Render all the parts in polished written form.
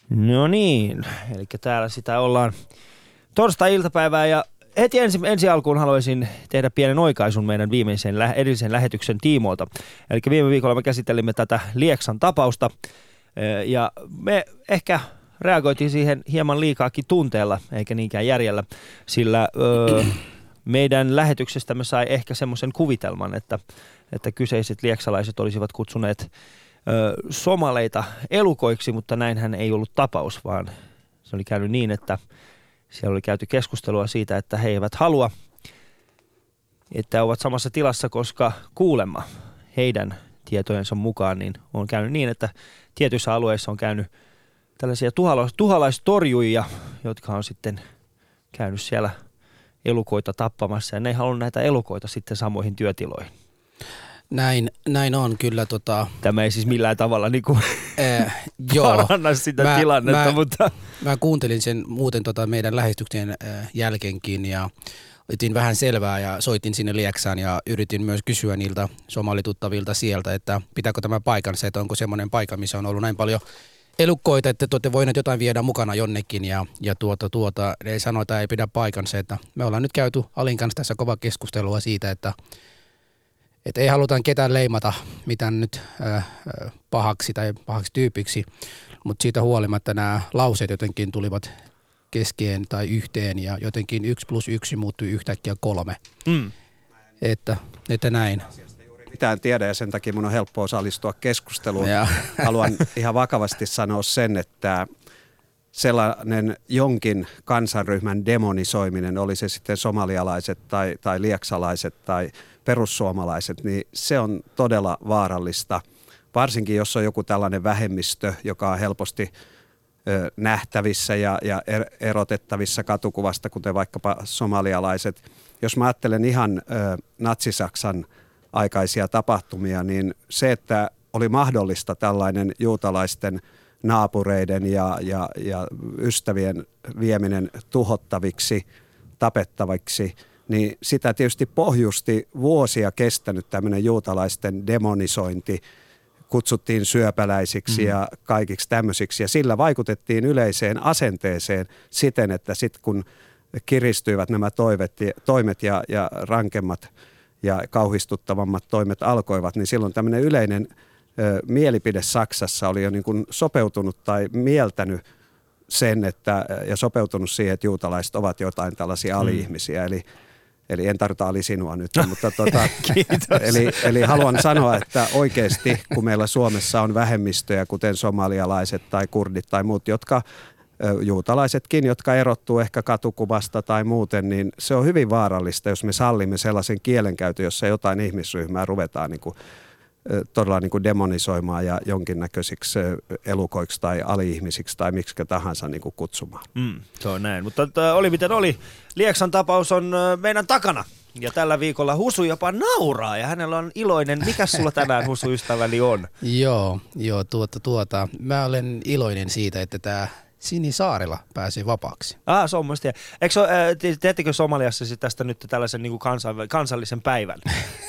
No niin, eli täällä sitä ollaan torstai-iltapäivää ja heti ensi alkuun haluaisin tehdä pienen oikaisun meidän edellisen lähetyksen tiimoilta. Eli viime viikolla me käsittelimme tätä Lieksan tapausta ja me ehkä reagoitiin siihen hieman liikaakin tunteella eikä niinkään järjellä, sillä meidän lähetyksestämme sai ehkä semmoisen kuvitelman, että kyseiset lieksalaiset olisivat kutsuneet somaleita elukoiksi, mutta näinhän ei ollut tapaus, vaan se oli käynyt niin, että siellä oli käyty keskustelua siitä, että he eivät halua, että ovat samassa tilassa, koska kuulemma heidän tietojensa mukaan niin on käynyt niin, että tietyissä alueissa on käynyt tällaisia tuhalaistorjuja, jotka on sitten käynyt siellä elukoita tappamassa ja ne ei halua näitä elukoita sitten samoihin työtiloihin. Näin on kyllä. Tämä ei siis millään tavalla niinku paranna sitä tilannetta, mutta mä kuuntelin sen muuten meidän lähetyksen jälkeenkin ja otin vähän selvää ja soitin sinne Lieksaan ja yritin myös kysyä niiltä somalituttavilta sieltä, että pitääkö tämä paikansa, että onko semmoinen paikka, missä on ollut näin paljon elukkoita, että te olette voineet jotain viedä mukana jonnekin ja ne sanoi, että ei pidä paikansa, että me ollaan nyt käyty Alin kanssa tässä kova keskustelua siitä, että ei haluta ketään leimata mitään nyt pahaksi tai pahaksi tyypiksi, mutta siitä huolimatta nämä lauseet jotenkin tulivat keskeen tai yhteen ja jotenkin 1+1 muuttui yhtäkkiä 3. Että näin. Mitään tiedä ja sen takia mun on helppo osallistua keskusteluun. Haluan ihan vakavasti sanoa sen, että sellainen jonkin kansanryhmän demonisoiminen, oli se sitten somalialaiset tai lieksalaiset tai perussuomalaiset, niin se on todella vaarallista. Varsinkin jos on joku tällainen vähemmistö, joka on helposti nähtävissä ja erotettavissa katukuvasta, kuten vaikkapa somalialaiset. Jos mä ajattelen ihan Natsi-Saksan aikaisia tapahtumia, niin se, että oli mahdollista tällainen juutalaisten naapureiden ja ystävien vieminen tuhottaviksi, tapettaviksi, niin sitä tietysti pohjusti vuosia kestänyt tämmöinen juutalaisten demonisointi, kutsuttiin syöpäläisiksi ja kaikiksi tämmöisiksi, ja sillä vaikutettiin yleiseen asenteeseen siten, että sitten kun kiristyivät nämä toimet ja rankemmat ja kauhistuttavammat toimet alkoivat, niin silloin tämmöinen yleinen mielipide Saksassa oli jo niin kuin sopeutunut tai mieltänyt sen, ja sopeutunut siihen, että juutalaiset ovat jotain tällaisia ali-ihmisiä, eli en tarvita Ali sinua nyt, mutta eli haluan sanoa, että oikeasti kun meillä Suomessa on vähemmistöjä, kuten somalialaiset tai kurdit tai muut, juutalaisetkin, jotka erottuu ehkä katukuvasta tai muuten, niin se on hyvin vaarallista, jos me sallimme sellaisen kielenkäytön, jossa jotain ihmisryhmää ruvetaan todella demonisoimaan ja jonkinnäköisiksi elukoiksi tai ali-ihmisiksi tai miksikä tahansa kutsumaan. Se on näin, mutta oli miten oli. Lieksan tapaus on meidän takana ja tällä viikolla Husu jopa nauraa ja hänellä on iloinen. Mikäs sulla tänään, Husu, ystäväni, on? Joo, mä olen iloinen siitä, että tämä Sini Saarela pääsi vapaaksi. Se on musta. Teettekö Somaliassa tästä nyt tällaisen kansallisen päivän?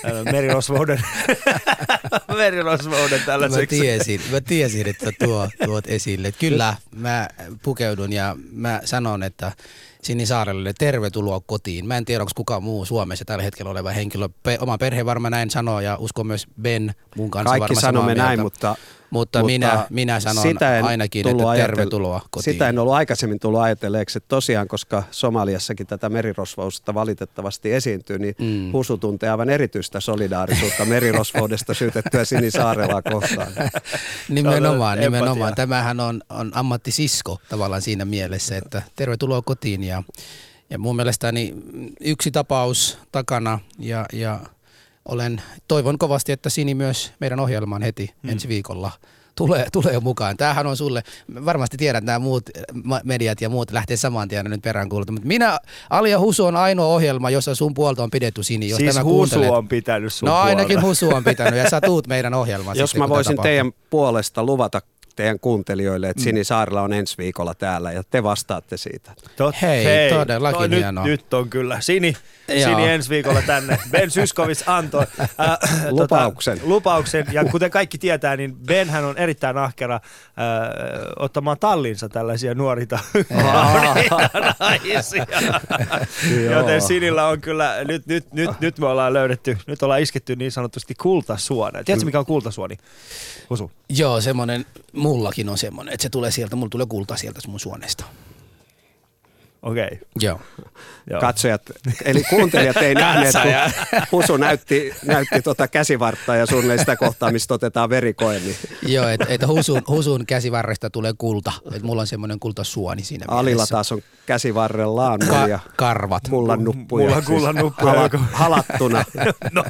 Merirosvouden tällaiseksi. Mä tiesin, että tuot esille. Kyllä, mä pukeudun ja mä sanon, että Sini Saarelle tervetuloa kotiin. Mä en tiedä, onko kukaan muu Suomessa tällä hetkellä oleva henkilö. Oma perhe varmaan näin sanoo ja uskon myös Ben mun kanssa kaikki varmaan sanomme samaa näin, mutta minä sanon ainakin, että tervetuloa kotiin. Sitä en ollut aikaisemmin tullut ajatelleeksi, että tosiaan, koska Somaliassakin tätä merirosvousta valitettavasti esiintyy, niin Husu tuntee aivan erityistä solidaarisuutta merirosvoudesta syytettyä Sini Saarelaa kohtaan. Nimenomaan. Tämähän on ammattisisko tavallaan siinä mielessä, että tervetuloa kotiin ja mun mielestäni yksi tapaus takana ja toivon kovasti, että Sini myös meidän ohjelmaan heti ensi viikolla tulee jo mukaan. Tämähän on sulle, varmasti tiedät, nämä muut mediat ja muut lähtee saman tien nyt peräänkuuluttamaan, mutta Ali ja Husu on ainoa ohjelma, jossa sun puolta on pidetty, Sini. Jos siis tämä Husu on pitänyt sun puolta. No ainakin Husu on pitänyt ja sä tuut meidän ohjelmaan. Jos mä voisin teidän puolesta luvata teidän kuuntelijoille, että Sini Saarela on ensi viikolla täällä ja te vastaatte siitä. Hei, todellakin hienoa. Nyt on kyllä. Sini ensi viikolla tänne. Ben Zyskowicz antoi lupauksen. Ja kuten kaikki tietää, niin Benhän on erittäin ahkera ottamaan tallinsa tällaisia nuorita naisia. Joten Sinillä on kyllä, nyt me ollaan löydetty, nyt ollaan isketty niin sanotusti kultasuone. Tiedätkö mikä on kultasuoni? Husu. Joo, semmoinen, mullakin on semmoinen, että se tulee sieltä, mulla tulee kulta sieltä mun suonesta. Okei. Joo. Katsojat, eli kuuntelijat ei nähneet, kun Husu näytti käsivarttaa ja suunnilleen sitä kohtaa, mistä otetaan verikoe. Niin. Joo, että Husun käsivarresta tulee kulta, että mulla on semmoinen kultasuoni siinä mielessä. Alilla taas on käsivarrellaan ja karvat. Kullan nuppuja. Mulla on kullan nuppuja. Halattuna. No.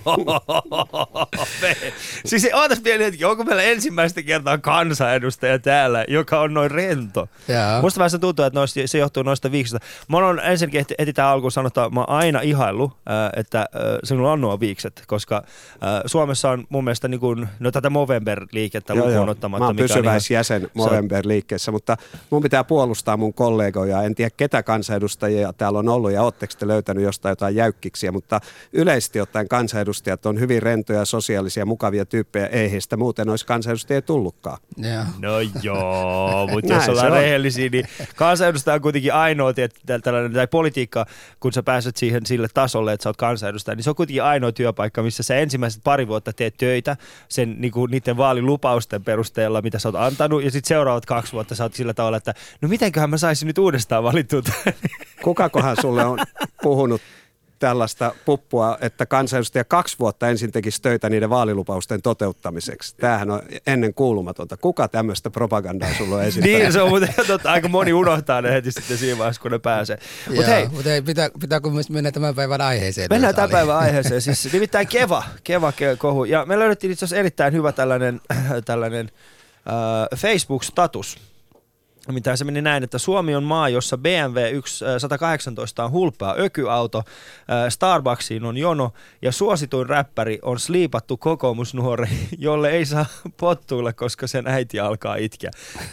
Siis ootas pieni hetki, onko meillä ensimmäistä kertaa kansanedustaja täällä, joka on noin rento? Jaa. Musta vähän se tuntuu, että se johtuu noista viiksistä. Mä oon ensinnäkin heti tähän alkuun sanottu, että mä oon aina ihaillut, että sinulla on nuo viikset, koska Suomessa on mun mielestä niin kuin, tätä Movember-liikettä lukuun ottamatta. Mä oon pysyväisjäsen Movember-liikkeessä, mutta mun pitää puolustaa mun kollegoja. En tiedä ketä kansanedustajia täällä on ollut ja ootteko te löytänyt jostain jotain jäykkiksiä, mutta yleisesti ottaen kansanedustajat on hyvin rentoja, sosiaalisia, mukavia tyyppejä. Ei heistä muuten olisi kansanedustajia tullutkaan. Yeah. No joo, mutta jos ollaan rehellisiä, niin kansanedustaja on kuitenkin ainoa, tai politiikka, kun sä pääset sille tasolle, että sä oot kansanedustaja, niin se on kuitenkin ainoa työpaikka, missä sä ensimmäiset pari vuotta teet töitä sen niiden vaalilupausten perusteella, mitä sä oot antanut, ja sitten seuraavat 2 vuotta sä oot sillä tavalla, että no mitenköhän mä saisin nyt uudestaan valittua. Kukakohan sulle on puhunut tällaista puppua, että kansanedustaja 2 vuotta ensin tekisi töitä niiden vaalilupausten toteuttamiseksi. Tämähän on ennen kuulumatonta. Kuka tämmöistä propagandaa sulla on esittänyt? Niin, se on muuten aika moni unohtaa ne heti sitten siinä vaiheessa, kun ne pääsee. Mutta hei, pitääkö myös mennä tämän päivän aiheeseen? Mennään tämän päivän aiheeseen. Siis nimittäin Keva-kohu. Ja me löydettiin itse asiassa erittäin hyvä tällainen Facebook-status. Mitä se meni näin, että Suomi on maa, jossa BMW 118 on hulppea ökyauto, Starbucksiin on jono ja suosituin räppäri on sliipattu kokoomusnuori, jolle ei saa pottuilla, koska sen äiti alkaa itkeä.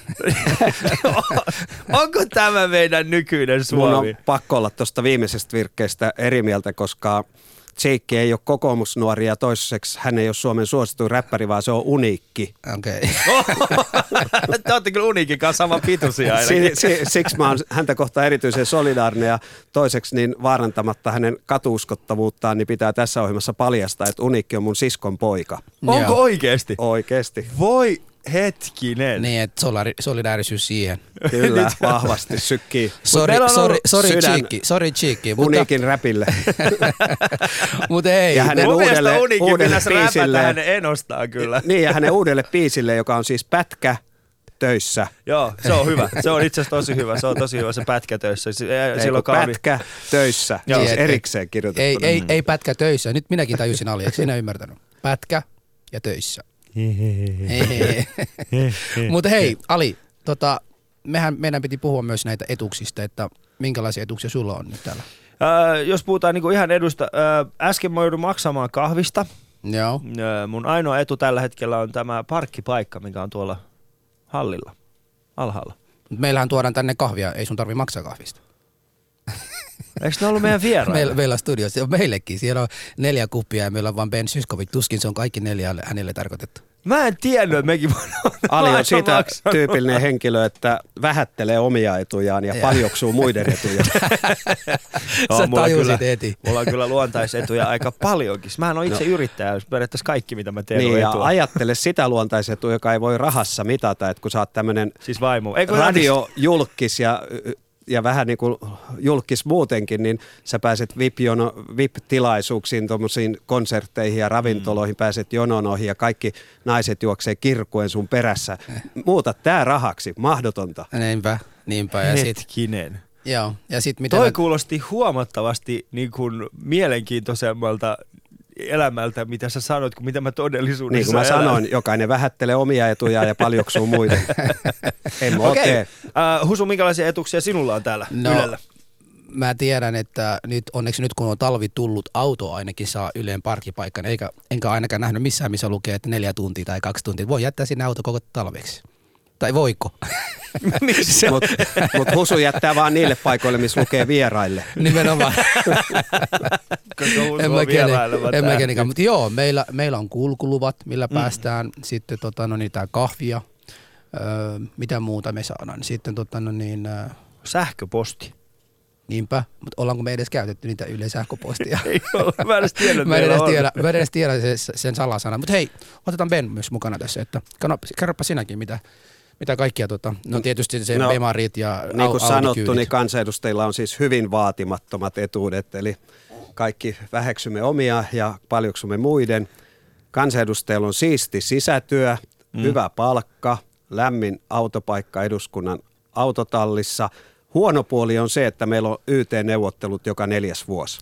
Onko tämä meidän nykyinen Suomi? Mun on pakko olla tuosta viimeisestä virkkeestä eri mieltä, koska Cheikki ei ole kokoomusnuori ja toiseksi hän ei ole Suomen suosituin räppäri, vaan se on Uniikki. Okei. Te olette kyllä Uniikin kanssa saman pituisia ainakin. Siksi mä oon häntä kohtaan erityisen solidaarinen ja toiseksi niin vaarantamatta hänen katuuskottavuuttaan, niin pitää tässä ohjelmassa paljastaa, että Uniikki on mun siskon poika. Onko oikeesti? Oikeesti. Voi hetkinen. Niin, että solidaarisuus siihen. Kyllä, vahvasti sykkii. Sorry Cheekki. Uniikin räpille. Mutta ei. Ja hänen uudelle biisille. Hänen enostaa kyllä. Niin, ja hänen uudelle biisille, joka on siis Pätkä töissä. Joo, se on hyvä. Se on itse asiassa tosi hyvä. Se on tosi hyvä se Pätkä töissä. Pätkä töissä. Joo, siis erikseen kirjoitettuna. Ei Pätkä töissä. Nyt minäkin tajusin Ali, eikö sinä ymmärtänyt? Pätkä ja töissä. Mutta hei, Ali, meidän piti puhua myös näitä etuuksista, että minkälaisia etuuksia sulla on nyt täällä? Jos puhutaan niinku ihan edusta, äsken mä joudun maksamaan kahvista. Joo. Mun ainoa etu tällä hetkellä on tämä parkkipaikka, mikä on tuolla hallilla, alhaalla. Meillähän tuodaan tänne kahvia, ei sun tarvi maksaa kahvista. Eikö ne ollut meidän vierailla? Meillä on studiossa, meillekin. Siellä on 4 kuppia ja meillä on vaan Ben Zyskowicz. Tuskin se on kaikki 4 hänelle tarkoitettu. Mä en tiennyt, että mekin Ali on siitä tyypillinen henkilö, että vähättelee omia etujaan ja paljoksuu muiden etuja. Sä tajusit heti. Mulla on kyllä luontaisetuja aika paljonkin. Mähän on itse yrittäjä, periaatteessa kaikki mitä mä teen niin, on ja etua. ajattele sitä luontaisetua, joka ei voi rahassa mitata, että kun sä oot tämmönen siis vaimo. radiojulkis ja vähän niin kuin julkis muutenkin, niin sä pääset VIP-tilaisuuksiin, tuommoisiin konsertteihin ja ravintoloihin, pääset jonon ohi ja kaikki naiset juoksee kirkkuen sun perässä. Muuta tää rahaksi, mahdotonta. Niinpä. Ja hetkinen. Joo, ja sit mitä toi kuulosti huomattavasti niin kuin mielenkiintoisemmalta elämältä, mitä sä sanoit, kuin mitä mä todellisuudessa niin kuin mä sanoin, jokainen vähättelee omia etujaan ja paljoksuu muiden. Okei. Husu, minkälaisia etuksia sinulla on täällä Ylellä? Mä tiedän, että onneksi nyt kun on talvi tullut, auto ainakin saa Yleen parkkipaikan, enkä ainakaan nähnyt missään, missä lukee, että 4 tuntia tai 2 tuntia. Voi jättää sinne auto koko talveksi. Tai voiko? Mutta Husu jättää vaan niille paikoille, missä lukee vieraille. Nimenomaan. En mä kenikään. Mutta joo, meillä on kulkuluvat, millä päästään. Sitten tää kahvia. Mitä muuta me saadaan? Sitten sähköposti. Niinpä, mutta ollaanko me edes käytetty niitä sähköpostia? Ei olla, mä en edes tiedä sen salasana. Mutta hei, otetaan Ben myös mukana tässä, että kerropa sinäkin, mitä kaikkia, no tietysti se Bemarit ja niin kuin sanottu, niin kansanedustajilla on siis hyvin vaatimattomat etuudet, eli kaikki väheksymme omia ja paljoksumme muiden. Kansanedustajilla on siisti sisätyö, hyvä palkka, lämmin autopaikka eduskunnan autotallissa. Huono puoli on se, että meillä on YT-neuvottelut joka 4. vuosi.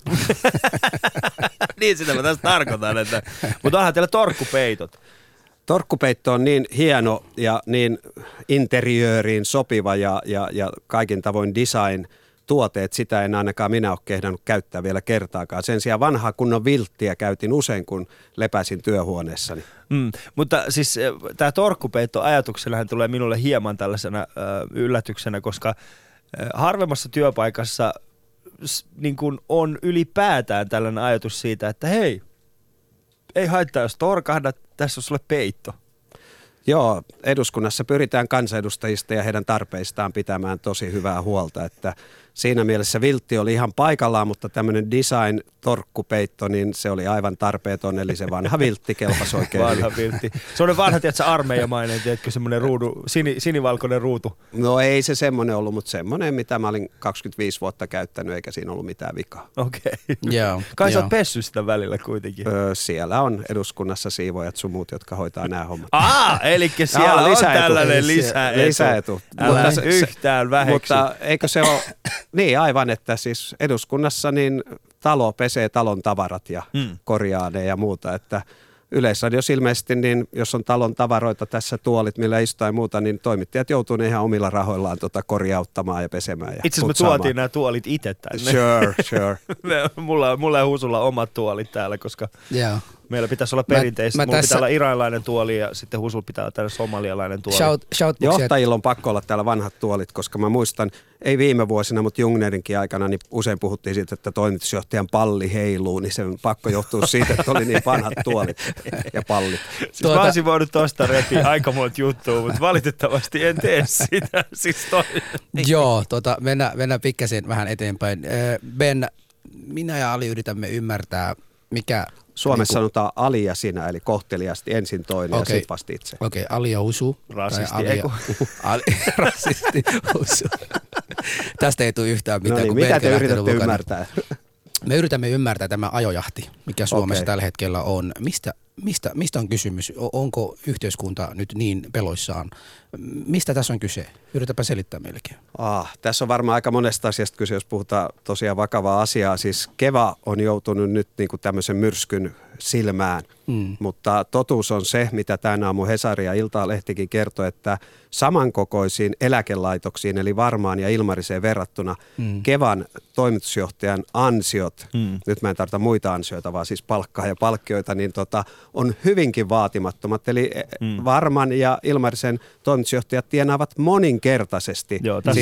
Niin sitä mä tässä tarkoitan, mutta onhan teillä torkkupeitot. Torkkupeitto on niin hieno ja niin interiööriin sopiva ja kaikin tavoin design-tuote, että sitä en ainakaan minä ole kehdannut käyttää vielä kertaakaan. Sen sijaan vanhaa kunnon vilttiä käytin usein, kun lepäsin työhuoneessani. Mutta siis tämä torkkupeitto-ajatuksenahan tulee minulle hieman tällaisena yllätyksenä, koska harvemmassa työpaikassa niin kun on ylipäätään tällainen ajatus siitä, että hei, ei haittaa, jos torkahdat, tässä on sulle peitto. Joo, eduskunnassa pyritään kansanedustajista ja heidän tarpeistaan pitämään tosi hyvää huolta, että siinä mielessä viltti oli ihan paikallaan, mutta tämmöinen design-torkkupeitto, niin se oli aivan tarpeeton, eli se vanha viltti kelpasi oikein. Vanha viltti. Se on vanha, tiedätkö, armeijamainen, tiedätkö, semmoinen sinivalkoinen ruutu. No ei se semmoinen ollut, mutta semmoinen, mitä mä olin 25 vuotta käyttänyt, eikä siinä ollut mitään vikaa. Okei. Kai sä oot pessyt sitä välillä kuitenkin. Siellä on eduskunnassa siivoajat sun muut, jotka hoitaa nämä hommat. Eli siellä on tällainen lisäetu. Älä yhtään väheksy. Mutta eikö se ole... Niin aivan, että siis eduskunnassa niin talo pesee talon tavarat ja korjaa ne ja muuta, että Yleisradiossa ilmeisesti, niin jos on talon tavaroita tässä tuolit, millä istuu ja muuta, niin toimittajat joutuu ne ihan omilla rahoillaan korjauttamaan ja pesemään ja itse asiassa me tuotiin nämä tuolit itse tänne. Sure. mulla ja Husulla omat tuolit täällä, koska meillä pitäisi olla perinteistä. Mulla pitää olla iranilainen tuoli ja sitten Husulla pitää olla tällainen somalialainen tuoli. Johtajilla on pakko olla täällä vanhat tuolit, koska mä muistan, ei viime vuosina, mutta Jungnerinkin aikana, niin usein puhuttiin siitä, että toimitusjohtajan palli heiluu, niin se pakko johtuu siitä, että oli niin vanhat tuolit ja pallit. Siis mä olisin voinut tosta repiä aika monta juttua, mutta valitettavasti en tee sitä. Joo, mennään pikkasen vähän eteenpäin. Ben, minä ja Ali yritämme ymmärtää, mikä... Suomessa sanotaan Ali ja sinä, eli kohteliasti ensin toinen ja sitten vasta itse. Okei, Ali ja Husu. Rasisti, Husu. Tästä ei tule yhtään mitään. No niin, mitä te yritätte ymmärtää? Me yritämme ymmärtää tämä ajojahti, mikä Suomessa tällä hetkellä on. Mistä on kysymys? Onko yhteiskunta nyt niin peloissaan? Mistä tässä on kyse? Yritäpä selittää meillekin. Tässä on varmaan aika monesta asiasta kyse, jos puhutaan tosiaan vakavaa asiaa. Siis Keva on joutunut nyt niin kuin tämmöisen myrskyn silmään, mutta totuus on se, mitä tänä aamu Hesari ja Iltalehtikin kertoi, että samankokoisiin eläkelaitoksiin, eli Varmaan ja Ilmariseen verrattuna Kevan toimitusjohtajan ansiot, nyt mä en tarvita muita ansioita, vaan siis palkkaa ja palkkioita, niin on hyvinkin vaatimattomat. Eli Varman ja Ilmarisen toimitusjohtajat tienaavat moninkertaisesti,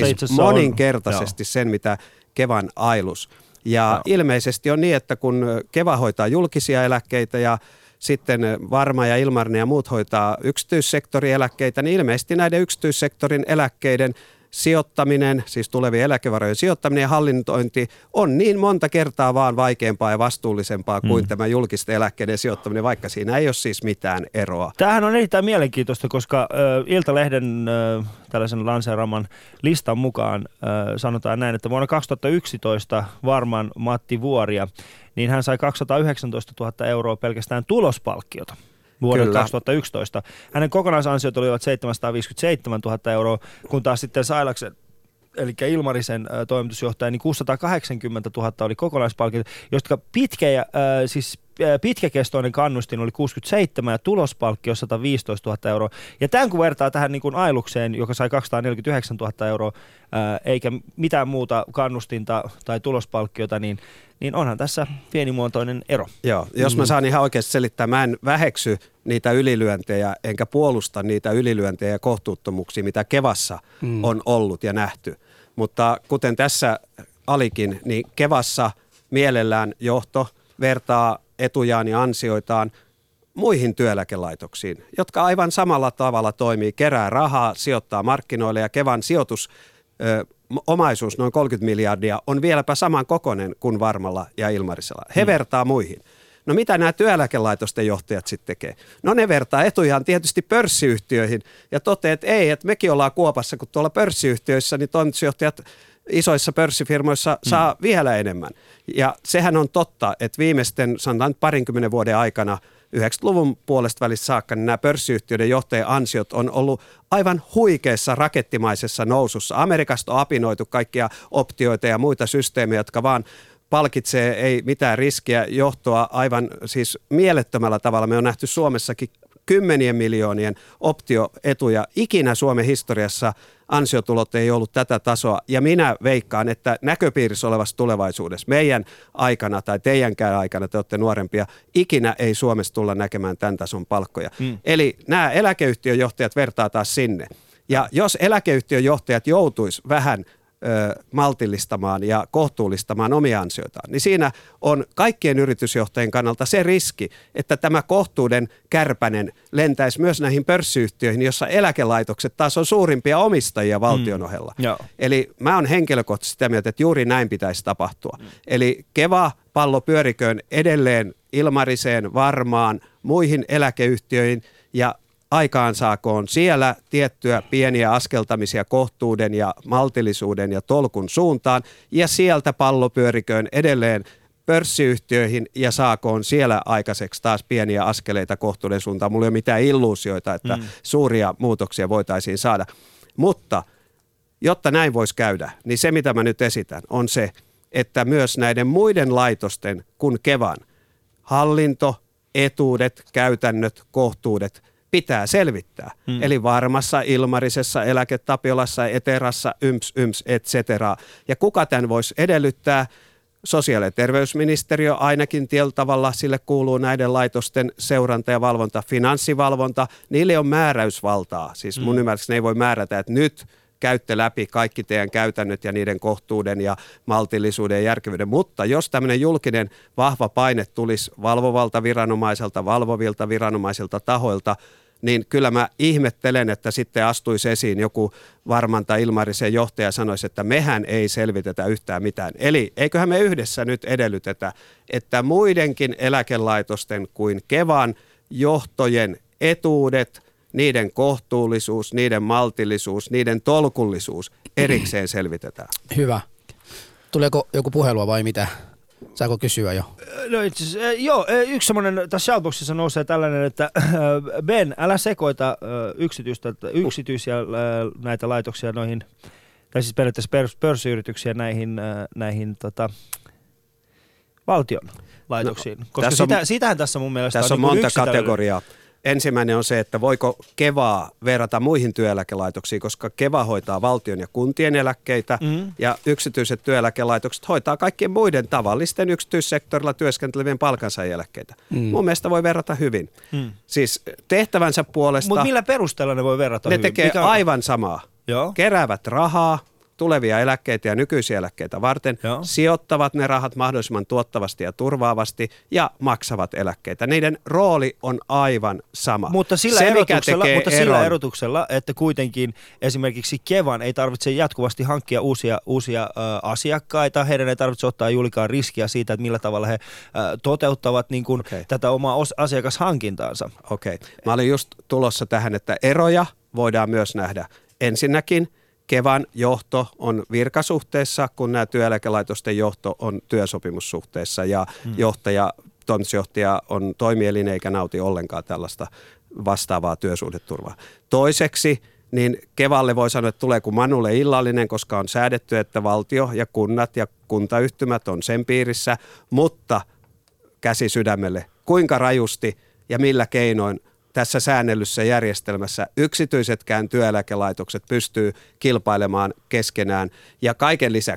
sen, mitä Kevan ailus. Ja ilmeisesti on niin, että kun Keva hoitaa julkisia eläkkeitä ja sitten Varma ja Ilmarinen ja muut hoitaa yksityissektorin eläkkeitä, niin ilmeisesti näiden yksityissektorin eläkkeiden sijoittaminen, siis tulevien eläkevarojen sijoittaminen ja hallintointi on niin monta kertaa vaan vaikeampaa ja vastuullisempaa kuin tämä julkisten eläkkeiden sijoittaminen, vaikka siinä ei ole siis mitään eroa. Tämähän on erittäin mielenkiintoista, koska Iltalehden tällaisen lanseeraman listan mukaan sanotaan näin, että vuonna 2011 Varman Matti Vuoria, niin hän sai 219 000 euroa pelkästään tulospalkkiota vuodelta 2011. Hänen kokonaisansiot olivat 757 000 euroa, kun taas sitten Sailaksen, eli Ilmarisen toimitusjohtaja, niin 680 000 oli kokonaispalkinto, josta pitkäkestoinen kannustin oli 67 ja tulospalkkio 115 000 euroa. Ja tämän kun vertaa tähän niin kuin Ailukseen, joka sai 249 000 euroa, eikä mitään muuta kannustinta tai tulospalkkiota, niin onhan tässä pienimuotoinen ero. Joo, jos mä saan ihan oikeasti selittää, mä en väheksy niitä ylilyöntejä, enkä puolusta niitä ylilyöntejä ja kohtuuttomuuksia, mitä Kevassa on ollut ja nähty. Mutta kuten tässä Alikin, niin Kevassa mielellään johto vertaa etujaan ja ansioitaan muihin työeläkelaitoksiin, jotka aivan samalla tavalla toimii, kerää rahaa, sijoittaa markkinoille ja Kevan omaisuus noin 30 miljardia on vieläpä saman kokoinen kuin Varmalla ja Ilmarisella. He vertaa muihin. No mitä nämä työeläkelaitosten johtajat sitten tekee? No ne vertaa etujaan tietysti pörssiyhtiöihin ja toteaa, että ei, että mekin ollaan kuopassa, kun tuolla pörssiyhtiöissä niin toimitusjohtajat isoissa pörssifirmoissa saa vielä enemmän. Ja sehän on totta, että viimeisten sanotaan 20 vuoden aikana 90-luvun puolesta välistä saakka, niin nämä pörssiyhtiöiden johtajien ansiot on ollut aivan huikeassa rakettimaisessa nousussa. Amerikasta on apinoitu kaikkia optioita ja muita systeemejä, jotka vaan palkitsee, ei mitään riskiä, johtoa aivan siis mielettömällä tavalla. Me on nähty Suomessakin 10 miljoonien optioetuja. Ikinä Suomen historiassa ansiotulot ei ollut tätä tasoa. Ja minä veikkaan, että näköpiirissä olevassa tulevaisuudessa, meidän aikana tai teidänkään aikana, te olette nuorempia, ikinä ei Suomessa tulla näkemään tämän tason palkkoja. Eli nämä eläkeyhtiön johtajat vertaa taas sinne. Ja jos eläkeyhtiön johtajat joutuisi vähän maltillistamaan ja kohtuullistamaan omia ansioitaan, niin siinä on kaikkien yritysjohtajien kannalta se riski, että tämä kohtuuden kärpänen lentäisi myös näihin pörssiyhtiöihin, jossa eläkelaitokset taas on suurimpia omistajia valtion ohella. Eli mä oon henkilökohtaisesti sitä mieltä, että juuri näin pitäisi tapahtua. Eli Keva pallo pyöriköön edelleen Ilmariseen, Varmaan, muihin eläkeyhtiöihin ja aikaansaakoon siellä tiettyä pieniä askeltamisia kohtuuden ja maltillisuuden ja tolkun suuntaan ja sieltä pallo pyöriköön edelleen pörssiyhtiöihin ja saakoon siellä aikaiseksi taas pieniä askeleita kohtuuden suuntaan. Mulla ei ole mitään illuusioita, että suuria muutoksia voitaisiin saada. Mutta jotta näin voisi käydä, niin se mitä mä nyt esitän on se, että myös näiden muiden laitosten kuin Kevan hallinto, etuudet, käytännöt, kohtuudet pitää selvittää. Eli Varmassa, Ilmarisessa, Eläketapiolassa, Eterassa, yms, et cetera. Ja kuka tämän voisi edellyttää? Sosiaali- ja terveysministeriö ainakin tietyllä tavalla, sille kuuluu näiden laitosten seuranta ja valvonta, finanssivalvonta, niille on määräysvaltaa. Siis mun ymmärrykseni ei voi määrätä, että nyt käytte läpi kaikki teidän käytännöt ja niiden kohtuuden ja maltillisuuden ja järkevyyden. Mutta jos tämmöinen julkinen vahva paine tulisi valvovilta viranomaisilta tahoilta, niin kyllä mä ihmettelen, että sitten astuisi esiin joku Varman tai Ilmarisen johtaja ja sanoisi, että mehän ei selvitetä yhtään mitään. Eli eiköhän me yhdessä nyt edellytetä, että muidenkin eläkelaitosten kuin Kevan johtojen etuudet, niiden kohtuullisuus, niiden maltillisuus, niiden tolkullisuus erikseen selvitetään. Hyvä. Tuleeko joku puhelua vai mitä? Saako kysyä jo? No itse asiassa, joo, yksi semmoinen, tässä shoutboxissa nousee tällainen, että Ben, älä sekoita yksityisiä näitä laitoksia noihin, tai siis periaatteessa pörssiyrityksiä näihin valtion laitoksiin. No, koska siitähän tässä mun mielestä tässä on monta kategoriaa. Ensimmäinen on se, että voiko Kevaa verrata muihin työeläkelaitoksiin, koska Keva hoitaa valtion ja kuntien eläkkeitä ja yksityiset työeläkelaitokset hoitaa kaikkien muiden tavallisten yksityissektorilla työskentelevien palkansaajien eläkkeitä. Mun mielestä voi verrata hyvin. Siis tehtävänsä puolesta... Mutta millä perusteella ne voi verrata hyvin? Ne tekee aivan samaa. Joo. Keräävät rahaa, tulevia eläkkeitä ja nykyisiä eläkkeitä varten, sijoittavat ne rahat mahdollisimman tuottavasti ja turvaavasti ja maksavat eläkkeitä. Niiden rooli on aivan sama. Mutta sillä erotuksella, että kuitenkin esimerkiksi Kevan ei tarvitse jatkuvasti hankkia uusia asiakkaita, heidän ei tarvitse ottaa juurikaan riskiä siitä, että millä tavalla he toteuttavat niin kuin tätä omaa asiakashankintaansa. Okei. Mä olin just tulossa tähän, että eroja voidaan myös nähdä. Ensinnäkin Kevan johto on virkasuhteessa, kun nämä työeläkelaitosten johto on työsopimussuhteessa ja toimitusjohtaja on toimielin eikä nauti ollenkaan tällaista vastaavaa työsuhdeturvaa. Toiseksi, niin Kevalle voi sanoa, että tulee kuin Manulle illallinen, koska on säädetty, että valtio ja kunnat ja kuntayhtymät on sen piirissä, mutta käsi sydämelle, kuinka rajusti ja millä keinoin tässä säännellyssä järjestelmässä yksityisetkään työeläkelaitokset pystyy kilpailemaan keskenään. Ja kaiken lisäksi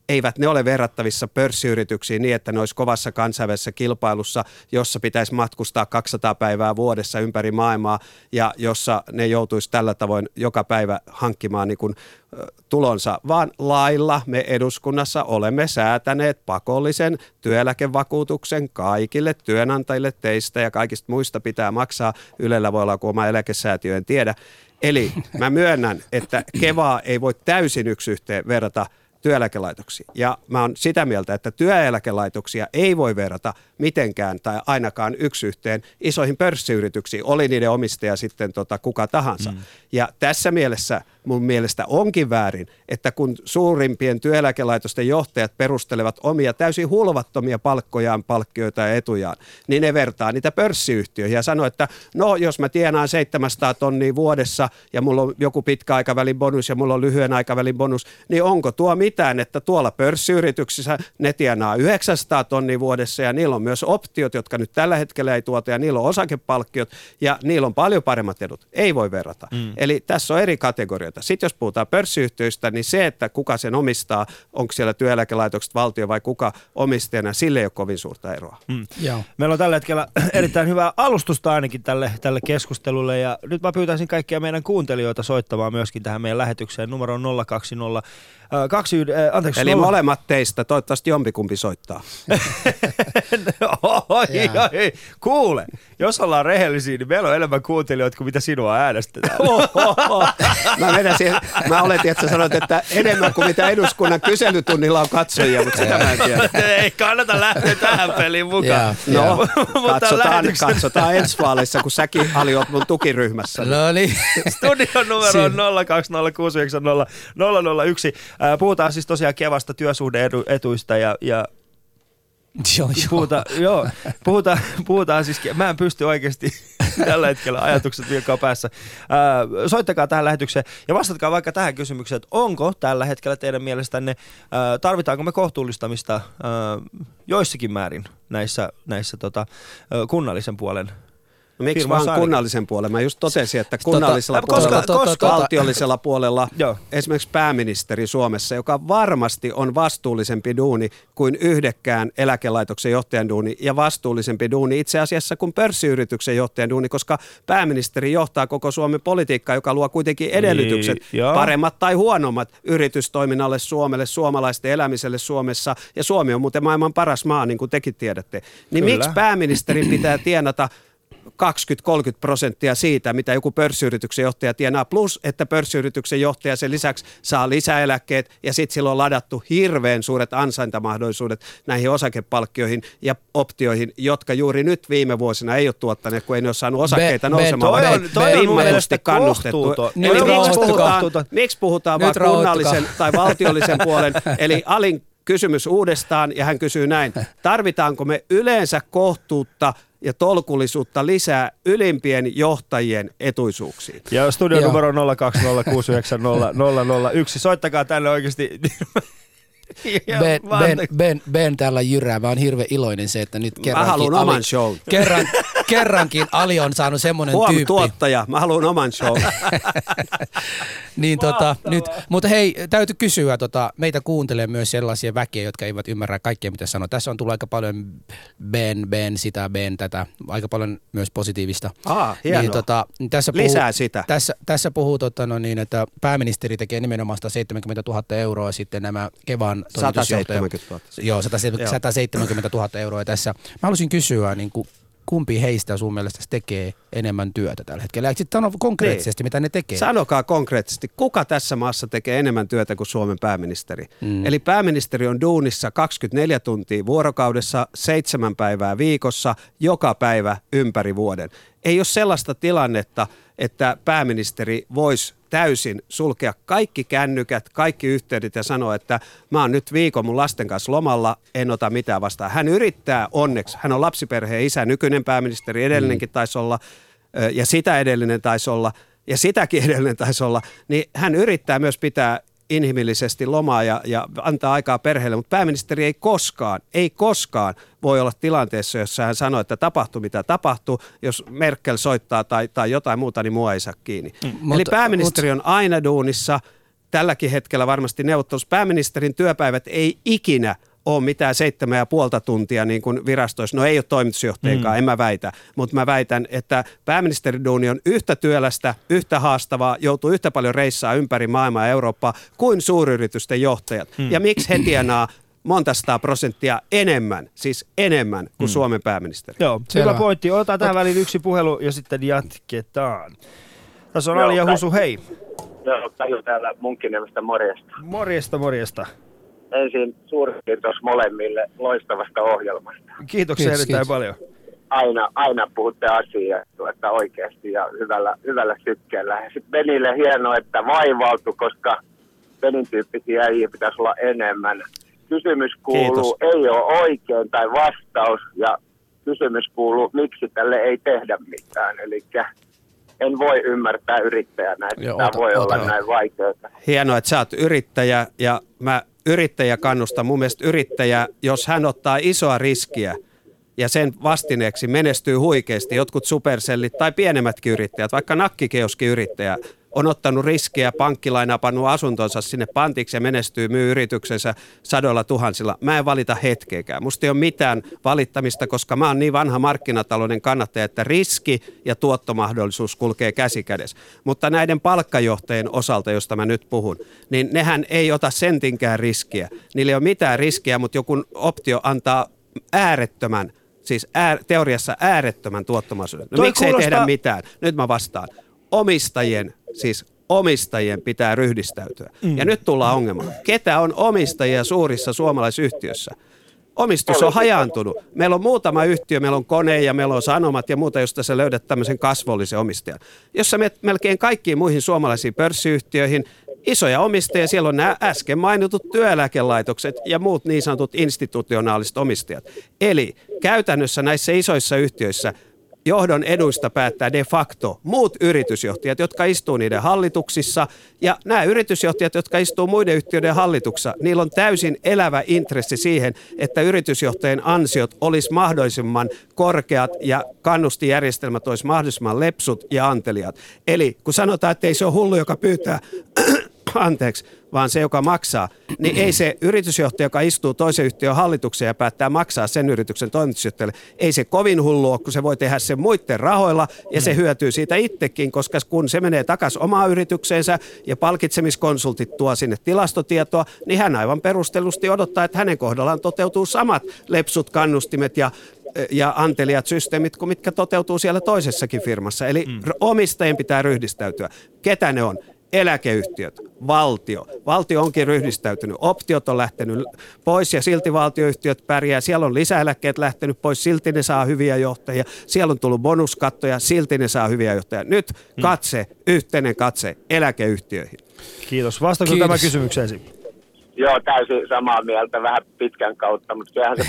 eivät ne ole verrattavissa pörssiyrityksiin niin, että ne olisi kovassa kansainvälisessä kilpailussa, jossa pitäisi matkustaa 200 päivää vuodessa ympäri maailmaa ja jossa ne joutuisi tällä tavoin joka päivä hankkimaan niin kuin tulonsa, vaan lailla me eduskunnassa olemme säätäneet pakollisen työeläkevakuutuksen kaikille työnantajille, teistä ja kaikista muista pitää maksaa. Ylellä voi olla, kun oma eläkesäätiö, en tiedä. Eli mä myönnän, että Kevaa ei voi täysin yksi yhteen verrata työeläkelaitoksiin. Ja mä oon sitä mieltä, että työeläkelaitoksia ei voi verrata mitenkään tai ainakaan yksi yhteen isoihin pörssiyrityksiin, oli niiden omistaja sitten kuka tahansa. Ja tässä mielessä mun mielestä onkin väärin, että kun suurimpien työeläkelaitosten johtajat perustelevat omia täysin hulvattomia palkkojaan, palkkioita ja etujaan, niin ne vertaa niitä pörssiyhtiöihin ja sanoo, että no jos mä tienaan 700 tonnia vuodessa ja mulla on joku pitkä aikavälin bonus ja mulla on lyhyen aikavälin bonus, niin onko tuo mitään, että tuolla pörssiyrityksissä ne tienaa 900 tonnia vuodessa ja niillä on myös optiot, jotka nyt tällä hetkellä ei tuota ja niillä on osakepalkkiot ja niillä on paljon paremmat edut. Ei voi verrata. Eli tässä on eri kategorioita. Sitten jos puhutaan pörssiyhtiöistä, niin se, että kuka sen omistaa, onko siellä työeläkelaitokset, valtio vai kuka omistajana, sille ei ole kovin suurta eroa. Meillä on tällä hetkellä erittäin hyvää alustusta ainakin tälle keskustelulle ja nyt mä pyytäisin kaikkia meidän kuuntelijoita soittamaan myöskin tähän meidän lähetykseen. Numero on 020 Eli molemmat teistä, toivottavasti jompikumpi soittaa. Kuule, jos ollaan rehellisiä, niin meillä on enemmän kuuntelijoita kuin mitä sinua äänestetään. Mä oletin, että sä sanoit, että enemmän kuin mitä eduskunnan kyselytunnilla on katsojia, mutta sitä mä en tiedä. Ei kannata lähteä tähän peliin mukaan. No, katsotaan ensi vaaleissa, kun säkin Ali oot mun tukiryhmässä. No niin. Studion numero on 020690001. Puhutaan siis tosiaan Kevasta, työsuhde-etuista ja puhutaan siis, mä en pysty oikeasti tällä hetkellä ajatukset vilkaa päässä. Soittakaa tähän lähetykseen ja vastatkaa vaikka tähän kysymykseen, että onko tällä hetkellä teidän mielestänne, tarvitaanko me kohtuullistamista joissakin määrin näissä kunnallisen puolen. No, miksi vaan kunnallisen puolen? Mä just totesin, että kunnallisella puolella, valtiollisella puolella, esimerkiksi pääministeri Suomessa, joka varmasti on vastuullisempi duuni kuin yhdekkään eläkelaitoksen johtajan duuni ja vastuullisempi duuni itse asiassa kuin pörssiyrityksen johtajan duuni, koska pääministeri johtaa koko Suomen politiikkaa, joka luo kuitenkin edellytykset paremmat tai huonommat yritystoiminnalle Suomelle, suomalaisten elämiselle Suomessa ja Suomi on muuten maailman paras maa, niin kuin tekin tiedätte. Niin miksi pääministerin pitää tienata 20-30% siitä, mitä joku pörssiyrityksen johtaja tienaa, plus että pörssiyrityksen johtaja sen lisäksi saa lisäeläkkeet ja sitten sillä on ladattu hirveän suuret ansaintamahdollisuudet näihin osakepalkkioihin ja optioihin, jotka juuri nyt viime vuosina ei ole tuottaneet, kun ei ne ole saanut osakkeita nousemaan, vaan vimmatusti kannustettu. Eli miksi puhutaan vaan kunnallisen tai valtiollisen puolen, eli Alin kysymys uudestaan ja hän kysyy näin, tarvitaanko me yleensä kohtuutta ja tolkullisuutta lisää ylimpien johtajien etuisuuksiin. Ja studion numero 020690001. Soittakaa tänne oikeasti. Ben täällä jyrää. Mä oon hirveän iloinen se, että nyt kerrankin... Mä haluun oman show. Kerrankin Ali on saanut semmoinen tyyppi. Tuottaja, mä haluun oman show. Niin nyt, mutta hei, täytyy kysyä, meitä kuuntelee myös sellaisia väkeä, jotka eivät ymmärrä kaikkea, mitä sanoo. Tässä on tullut aika paljon Ben, sitä, Ben, tätä, aika paljon myös positiivista. Hienoa. Niin, tässä lisää sitä. Tässä puhuu, että pääministeri tekee nimenomaan 170 000 euroa sitten nämä Kevan 170 000. Joo, 170 000 euroa tässä. Mä haluaisin kysyä, niin kumpi heistä sun mielestä tekee enemmän työtä tällä hetkellä? Eikö sitten sano konkreettisesti, mitä ne tekee? Sanokaa konkreettisesti, kuka tässä maassa tekee enemmän työtä kuin Suomen pääministeri? Eli pääministeri on duunissa 24 tuntia vuorokaudessa, 7 päivää viikossa, joka päivä ympäri vuoden. Ei ole sellaista tilannetta, että pääministeri voisi täysin sulkea kaikki kännykät, kaikki yhteydet ja sanoa, että mä oon nyt viikon mun lasten kanssa lomalla, en ota mitään vastaan. Hän yrittää onneksi, hän on lapsiperheen isä, nykyinen pääministeri, edellinenkin taisi olla, ja sitä edellinen taisi olla, ja sitäkin edellinen taisi olla, niin hän yrittää myös pitää inhimillisesti lomaa ja antaa aikaa perheelle, mutta pääministeri ei koskaan voi olla tilanteessa, jossa hän sanoo, että tapahtuu mitä tapahtuu, jos Merkel soittaa tai jotain muuta, niin mua ei saa kiinni. Eli pääministeri on aina duunissa tälläkin hetkellä varmasti neuvottelussa. Pääministerin työpäivät ei ikinä ole mitään 7,5 tuntia niin kuin virastoissa. No ei ole toimitusjohtajienkaan, en mä väitä. Mutta mä väitän, että pääministerin duuni on yhtä työlästä, yhtä haastavaa, joutuu yhtä paljon reissaa ympäri maailmaa ja Eurooppaa kuin suuryritysten johtajat. Ja miksi he tienaa monta 100% enemmän, siis enemmän kuin Suomen pääministeri? Joo, hyvä pointti. Otetaan tähän väliin yksi puhelu ja sitten jatketaan. Tässä on Ali ja Husu, hei. Joo, Kaju täällä Munkkiniemestä, morjesta. Morjesta. Ensin suuri kiitos molemmille loistavasta ohjelmasta. Kiitoksia erittäin paljon. Aina puhutte asiaa että oikeasti ja hyvällä sykkeellä. Sitten Benille hienoa, että vaivautu, koska Benin tyyppisiä äijä pitäisi olla enemmän. Kysymys kuuluu, ei ole oikein tai vastaus, ja kysymys kuuluu, miksi tälle ei tehdä mitään. Eli en voi ymmärtää yrittäjänä, että tämä voi olla näin vaikeaa. Hienoa, että sä oot yrittäjä, ja mä yrittäjä kannustan. Mun mielestä yrittäjä, jos hän ottaa isoa riskiä ja sen vastineeksi menestyy huikeasti, jotkut supersellit tai pienemmätkin yrittäjät, vaikka nakkikioski-yrittäjä, on ottanut riskiä, pankkilainaa, pannut asuntonsa sinne pantiksi ja menestyy, myy yrityksensä 100,000. Mä en valita hetkeäkään. Musta ei ole mitään valittamista, koska mä oon niin vanha markkinatalouden kannattaja, että riski ja tuottomahdollisuus kulkee käsi kädessä. Mutta näiden palkkajohtajien osalta, josta mä nyt puhun, niin nehän ei ota sentinkään riskiä. Niillä ei ole mitään riskiä, mutta joku optio antaa äärettömän, siis teoriassa äärettömän tuottomaisuuden. No miksi ei tehdä mitään? Nyt mä vastaan. Omistajien pitää ryhdistäytyä. Ja nyt tullaan ongelmaan. Ketä on omistajia suurissa suomalaisyhtiöissä? Omistus on hajaantunut. Meillä on muutama yhtiö, meillä on Kone ja meillä on Sanomat ja muuta, josta sä löydät tämmöisen kasvollisen omistajan. Jos sä menet melkein kaikkiin muihin suomalaisiin pörssiyhtiöihin, isoja omistajia, siellä on nämä äsken mainitut työeläkelaitokset ja muut niin sanotut institutionaaliset omistajat. Eli käytännössä näissä isoissa yhtiöissä johdon eduista päättää de facto muut yritysjohtajat, jotka istuu niiden hallituksissa, ja nämä yritysjohtajat, jotka istuu muiden yhtiöiden hallituksissa, niillä on täysin elävä intressi siihen, että yritysjohtajien ansiot olisi mahdollisimman korkeat ja kannustijärjestelmät olisi mahdollisimman lepsut ja anteliaat. Eli kun sanotaan, että ei se ole hullu, joka pyytää vaan se, joka maksaa, niin ei se yritysjohtaja, joka istuu toisen yhtiön hallitukseen ja päättää maksaa sen yrityksen toimitusjohtajalle, ei se kovin hullu ole, kun se voi tehdä sen muiden rahoilla ja se hyötyy siitä itsekin, koska kun se menee takaisin omaan yritykseensä ja palkitsemiskonsultit tuo sinne tilastotietoa, niin hän aivan perustellusti odottaa, että hänen kohdallaan toteutuu samat lepsut kannustimet ja anteliat systeemit, kuin mitkä toteutuu siellä toisessakin firmassa. Eli omistajien pitää ryhdistäytyä. Ketä ne on? Eläkeyhtiöt, valtio. Valtio onkin ryhdistäytynyt. Optiot on lähtenyt pois ja silti valtioyhtiöt pärjää. Siellä on lisäeläkkeet lähtenyt pois, silti ne saa hyviä johtajia. Siellä on tullut bonuskattoja, silti ne saa hyviä johtajia. Nyt yhteinen katse eläkeyhtiöihin. Kiitos. Vastaako tämä kysymykseesi? Joo, täysin samaa mieltä, vähän pitkän kautta, mutta kyllähän se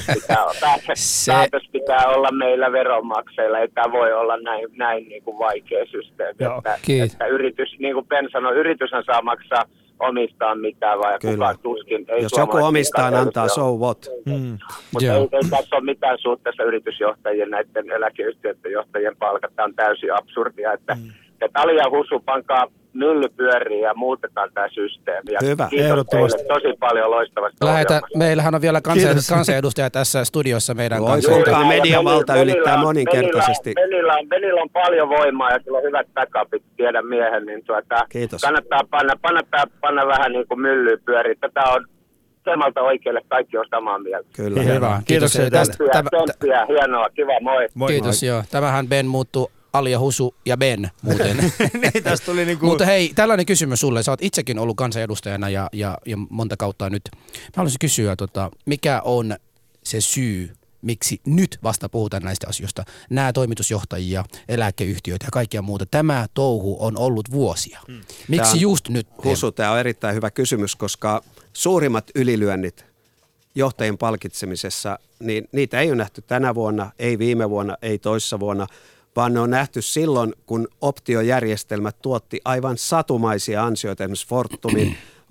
päätös pitää olla meillä veronmaksajilla, ei tämä voi olla näin niin kuin vaikea systeemi. Että yritys, niin kuin Ben sanoi, yrityshän saa maksaa omistaan mitään, vai kukaan tuskin. Ei jos joku omistaan antaa, so what? Mutta ei tässä ole mitään suhteessa yritysjohtajien, näiden eläkeyhtiöiden johtajien palkat, tämä on täysin absurdia, että Ali ja Husu, pankaa mylly pyörii ja muutetaan tämä systeemi. Ja hyvä, ehdottomasti. Tosi paljon loistavasta ohjelmasta. Meillähän on vielä kansanedustaja tässä studiossa meidän kanssa. Kuinka mediavalta ylittää moninkertaisesti. Benillä on paljon voimaa ja sillä on hyvät backupit tiedän miehen, niin kiitos. Kannattaa panna vähän niin kuin myllyä pyöriä. Tätä on samalta oikealle, kaikki on samaa mieltä. Kyllä. Hyvä. Kiitoksia. Tsemppiä, hienoa, kiva, moi. Kiitos, joo. Tämähän Ben muuttui Ali ja Husu ja Ben muuten. Niin, tästä tuli niinku... Mutta hei, tällainen kysymys sulle. Sä oot itsekin ollut kansanedustajana ja monta kautta nyt. Mä haluaisin kysyä, mikä on se syy, miksi nyt vasta puhutaan näistä asioista? Nämä toimitusjohtajia, eläkeyhtiöitä ja kaikkia muuta. Tämä touhu on ollut vuosia. Miksi just nyt? Husu, tämä on erittäin hyvä kysymys, koska suurimmat ylilyönnit johtajien palkitsemisessa, niin niitä ei ole nähty tänä vuonna, ei viime vuonna, ei toissa vuonna, vaan ne on nähty silloin, kun optiojärjestelmät tuotti aivan satumaisia ansioita. Esimerkiksi Fortumin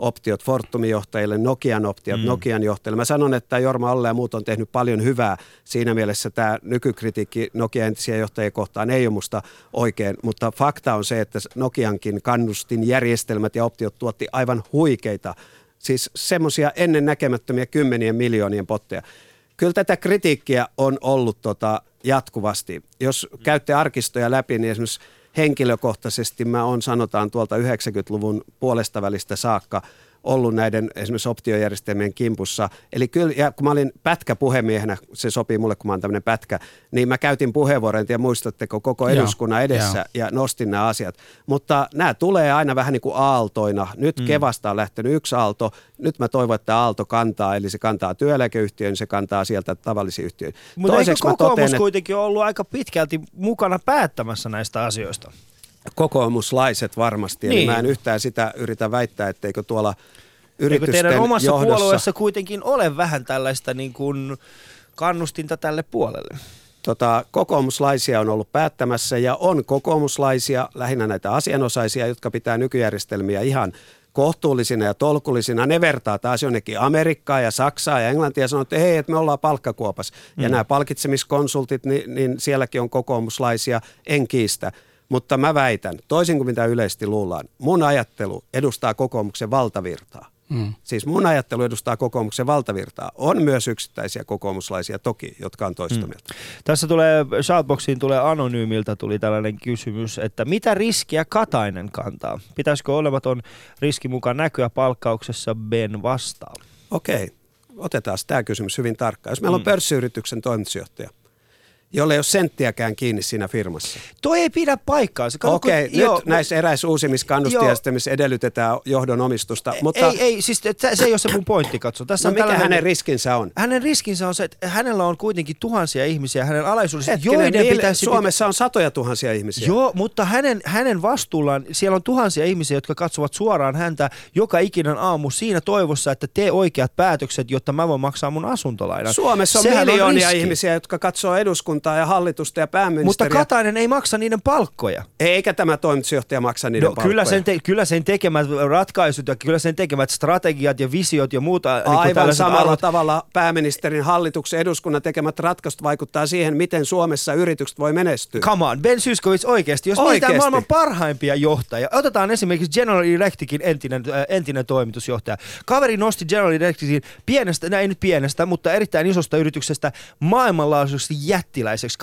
optiot Fortumin johtajille, Nokian optiot Nokian johtajille. Mä sanon, että Jorma Ollila ja muut on tehnyt paljon hyvää. Siinä mielessä tämä nykykritiikki Nokian entisiä johtajia kohtaan ei ole musta oikein, mutta fakta on se, että Nokiankin kannustinjärjestelmät ja optiot tuotti aivan huikeita, siis semmoisia ennen näkemättömiä 10 miljoonien potteja. Kyllä tätä kritiikkiä on ollut jatkuvasti. Jos käytte arkistoja läpi, niin esimerkiksi henkilökohtaisesti mä oon sanotaan tuolta 90-luvun puolesta välistä saakka ollut näiden esimerkiksi optiojärjestelmien kimpussa. Eli kyllä, ja kun mä olin pätkäpuhemiehenä, se sopii mulle, kun mä oon tämmöinen pätkä, niin mä käytin puheenvuoron, ja muistatteko, koko eduskunnan edessä ja nostin nämä asiat. Mutta nämä tulee aina vähän niin kuin aaltoina. Nyt kevasta on lähtenyt yksi aalto, nyt mä toivon, että aalto kantaa, eli se kantaa työeläkeyhtiöön, se kantaa sieltä tavallisiin yhtiöihin. Mutta eikö kokoomus kuitenkin ollut aika pitkälti mukana päättämässä näistä asioista? Kokoomuslaiset varmasti, niin. Eli mä en yhtään sitä yritä väittää, etteikö tuolla yritysten teidän omassa johdossa puolueessa kuitenkin ole vähän tällaista niin kuin kannustinta tälle puolelle? Kokoomuslaisia on ollut päättämässä ja on kokoomuslaisia, lähinnä näitä asianosaisia, jotka pitää nykyjärjestelmiä ihan kohtuullisina ja tolkullisina. Ne vertaa taas jonnekin Amerikkaa ja Saksaa ja Englantia ja sanoo, että hei, että me ollaan palkkakuopassa. Ja nämä palkitsemiskonsultit, niin sielläkin on kokoomuslaisia, en kiistä. Mutta mä väitän, toisin kuin mitä yleisesti luullaan, mun ajattelu edustaa kokoomuksen valtavirtaa. Siis mun ajattelu edustaa kokoomuksen valtavirtaa. On myös yksittäisiä kokoomuslaisia toki, jotka on toista mieltä. Tässä tulee, Shoutboxiin tulee Anonyymiltä tuli tällainen kysymys, että mitä riskiä Katainen kantaa? Pitäisikö olematon riski mukaan näkyä palkkauksessa Ben vastaan? Okei, otetaan tämä kysymys hyvin tarkkaan. Jos meillä on pörssiyrityksen toimitusjohtaja, jolle ei ole senttiäkään kiinni siinä firmassa. Toi ei pidä paikkaansa. Okei, nyt näissä eräissä uusimmissa kannustajärjestelmissä edellytetään johdon omistusta. Mutta ei, siis se ei ole se mun pointti, katso. Tässä mikä hänen riskinsä on? Hänen riskinsä on se, että hänellä on kuitenkin tuhansia ihmisiä, hänen alaisuudessaan, joiden pitäisi... Suomessa on satoja tuhansia ihmisiä. Joo, mutta hänen vastuullaan, siellä on tuhansia ihmisiä, jotka katsovat suoraan häntä joka ikinen aamu siinä toivossa, että tee oikeat päätökset, jotta mä voin maksaa mun asuntolainan. Suomessa on miljoonia ihmisiä, jotka katsoo eduskuntaa ja hallitusta ja pääministeriä. Mutta Katainen ei maksa niiden palkkoja. Eikä tämä toimitusjohtaja maksa niiden palkkoja. Kyllä sen tekemät ratkaisut ja kyllä sen tekemät strategiat ja visiot ja muuta. Aivan niin samalla tavalla pääministerin, hallituksen, eduskunnan tekemät ratkaisut vaikuttaa siihen, miten Suomessa yritykset voi menestyä. Come on, Ben Zyskowicz oikeasti. Jos mietitään maailman parhaimpia johtajia, otetaan esimerkiksi General Electricin entinen toimitusjohtaja. Kaveri nosti General Electricin ei nyt pienestä, mutta erittäin isosta yrityksestä maailmanlaajuisesti jättiläiseksi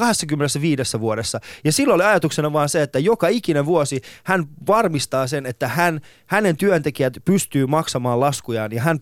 25 vuodessa. Ja silloin oli ajatuksena vaan se, että joka ikinen vuosi hän varmistaa sen, että hänen työntekijät pystyy maksamaan laskujaan ja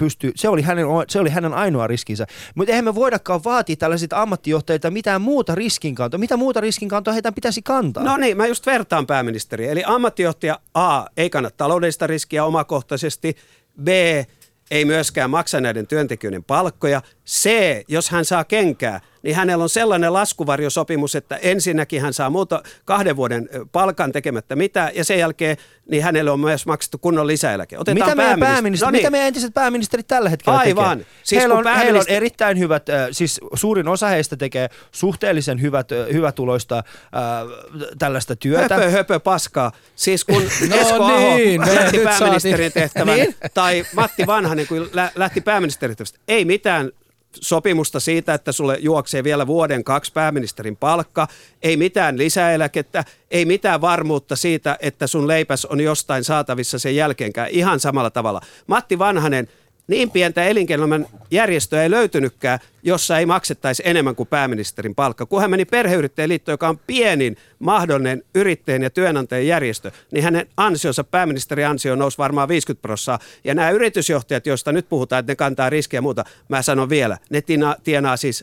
se oli hänen ainoa riskinsä. Mutta eihän me voidakaan vaatia tällaisilta ammattijohtajilta mitään muuta riskinkantoa. Mitä muuta riskinkantoa heitä pitäisi kantaa? No niin, mä just vertaan pääministeriä. Eli ammattijohtaja A ei kannata taloudellista riskiä omakohtaisesti, B ei myöskään maksa näiden työntekijöiden palkkoja. C, jos hän saa kenkää, niin hänellä on sellainen laskuvarjosopimus, että ensinnäkin hän saa 2 vuoden palkan tekemättä mitään, ja sen jälkeen niin hänelle on myös maksettu kunnon lisäeläke. Mitä meidän entiset pääministerit tällä hetkellä aivan. tekee? Siis heillä on erittäin hyvät, siis suurin osa heistä tekee suhteellisen hyvätuloista tällaista työtä. Höpö paskaa. Siis kun Esko Aho lähti pääministerin tehtävän, tai Matti Vanhanen kun lähti pääministerin tehtävästä, ei mitään sopimusta siitä, että sulle juoksee vielä 1-2 vuoden pääministerin palkka, ei mitään lisäeläkettä, ei mitään varmuutta siitä, että sun leipäs on jostain saatavissa sen jälkeenkään ihan samalla tavalla. Matti Vanhanen, niin pientä elinkeinoelämän järjestöä ei löytynytkään, jossa ei maksettaisi enemmän kuin pääministerin palkka. Kun hän meni Perheyrittäjäliittoon, joka on pienin mahdollinen yrittäjän ja työnantajan järjestö, niin hänen ansionsa, pääministerin ansio nousi varmaan 50%. Ja nämä yritysjohtajat, joista nyt puhutaan, että ne kantaa riskiä ja muuta, mä sanon vielä, ne tienaa siis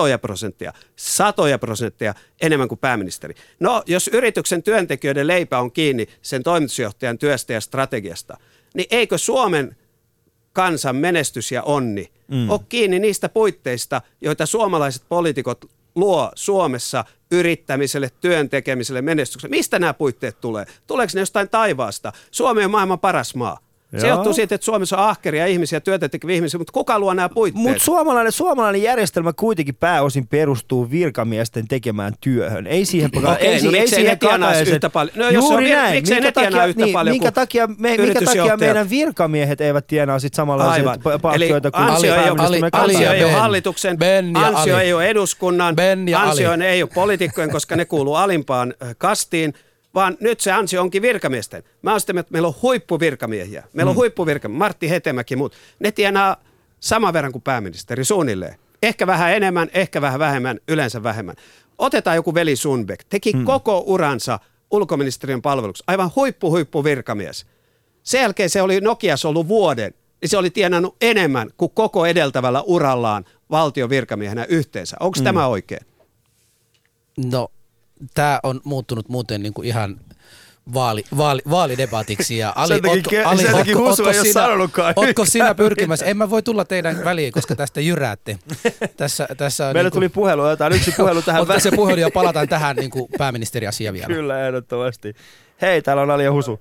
100% enemmän kuin pääministeri. No, jos yrityksen työntekijöiden leipä on kiinni sen toimitusjohtajan työstä ja strategiasta, niin eikö Suomen kansan menestys ja onni ole kiinni niistä puitteista, joita suomalaiset poliitikot luo Suomessa yrittämiselle, työn tekemiselle, menestykselle. Mistä nämä puitteet tulee? Tuleeko ne jostain taivaasta? Suomi on maailman paras maa. Se johtuu siitä, että Suomessa on ahkeria ihmisiä, työtä tekeviä ihmisiä, mutta kuka luo nämä puitteet? Mutta suomalainen järjestelmä kuitenkin pääosin perustuu virkamiesten tekemään työhön. Ei siihen miksei ne tienaisi yhtä paljon? No, juuri näin. Miksei ne tienaa yhtä paljon minkä takia meidän virkamiehet eivät tienaa sit samanlaisia palkkioita kuin ansio ei ole hallituksen, ansio ei ole eduskunnan, ansio ei ole poliitikkojen, koska ne kuuluu alimpaan kastiin. Vaan nyt se ansio onkin virkamiesten. Mä oon sitä, että meillä on huippuvirkamiehiä. Meillä on huippuvirkamiehiä, Martti Hetemäki ja muut. Ne tienaa saman verran kuin pääministeri suunnilleen. Ehkä vähän enemmän, ehkä vähän vähemmän, yleensä vähemmän. Otetaan joku Veli Sundbäck. Teki koko uransa ulkoministeriön palveluksi. Aivan huippuvirkamies. Sen jälkeen se oli Nokiassa ollut vuoden. Niin se oli tienannut enemmän kuin koko edeltävällä urallaan valtion virkamiehenä yhteensä. Onko tämä oikein? No. Tämä on muuttunut muuten niin kuin ihan vaalidebatiksi. Ja ootko sinä pyrkimässä? En mä voi tulla teidän väliin, koska tästä jyräätte. Tässä meillä tuli puhelu, otetaan yksi puhelu tähän väliin. Se puhelu ja palataan tähän niin kuin pääministeriasiaan vielä. Kyllä, ehdottomasti. Hei, täällä on Ali ja Husu.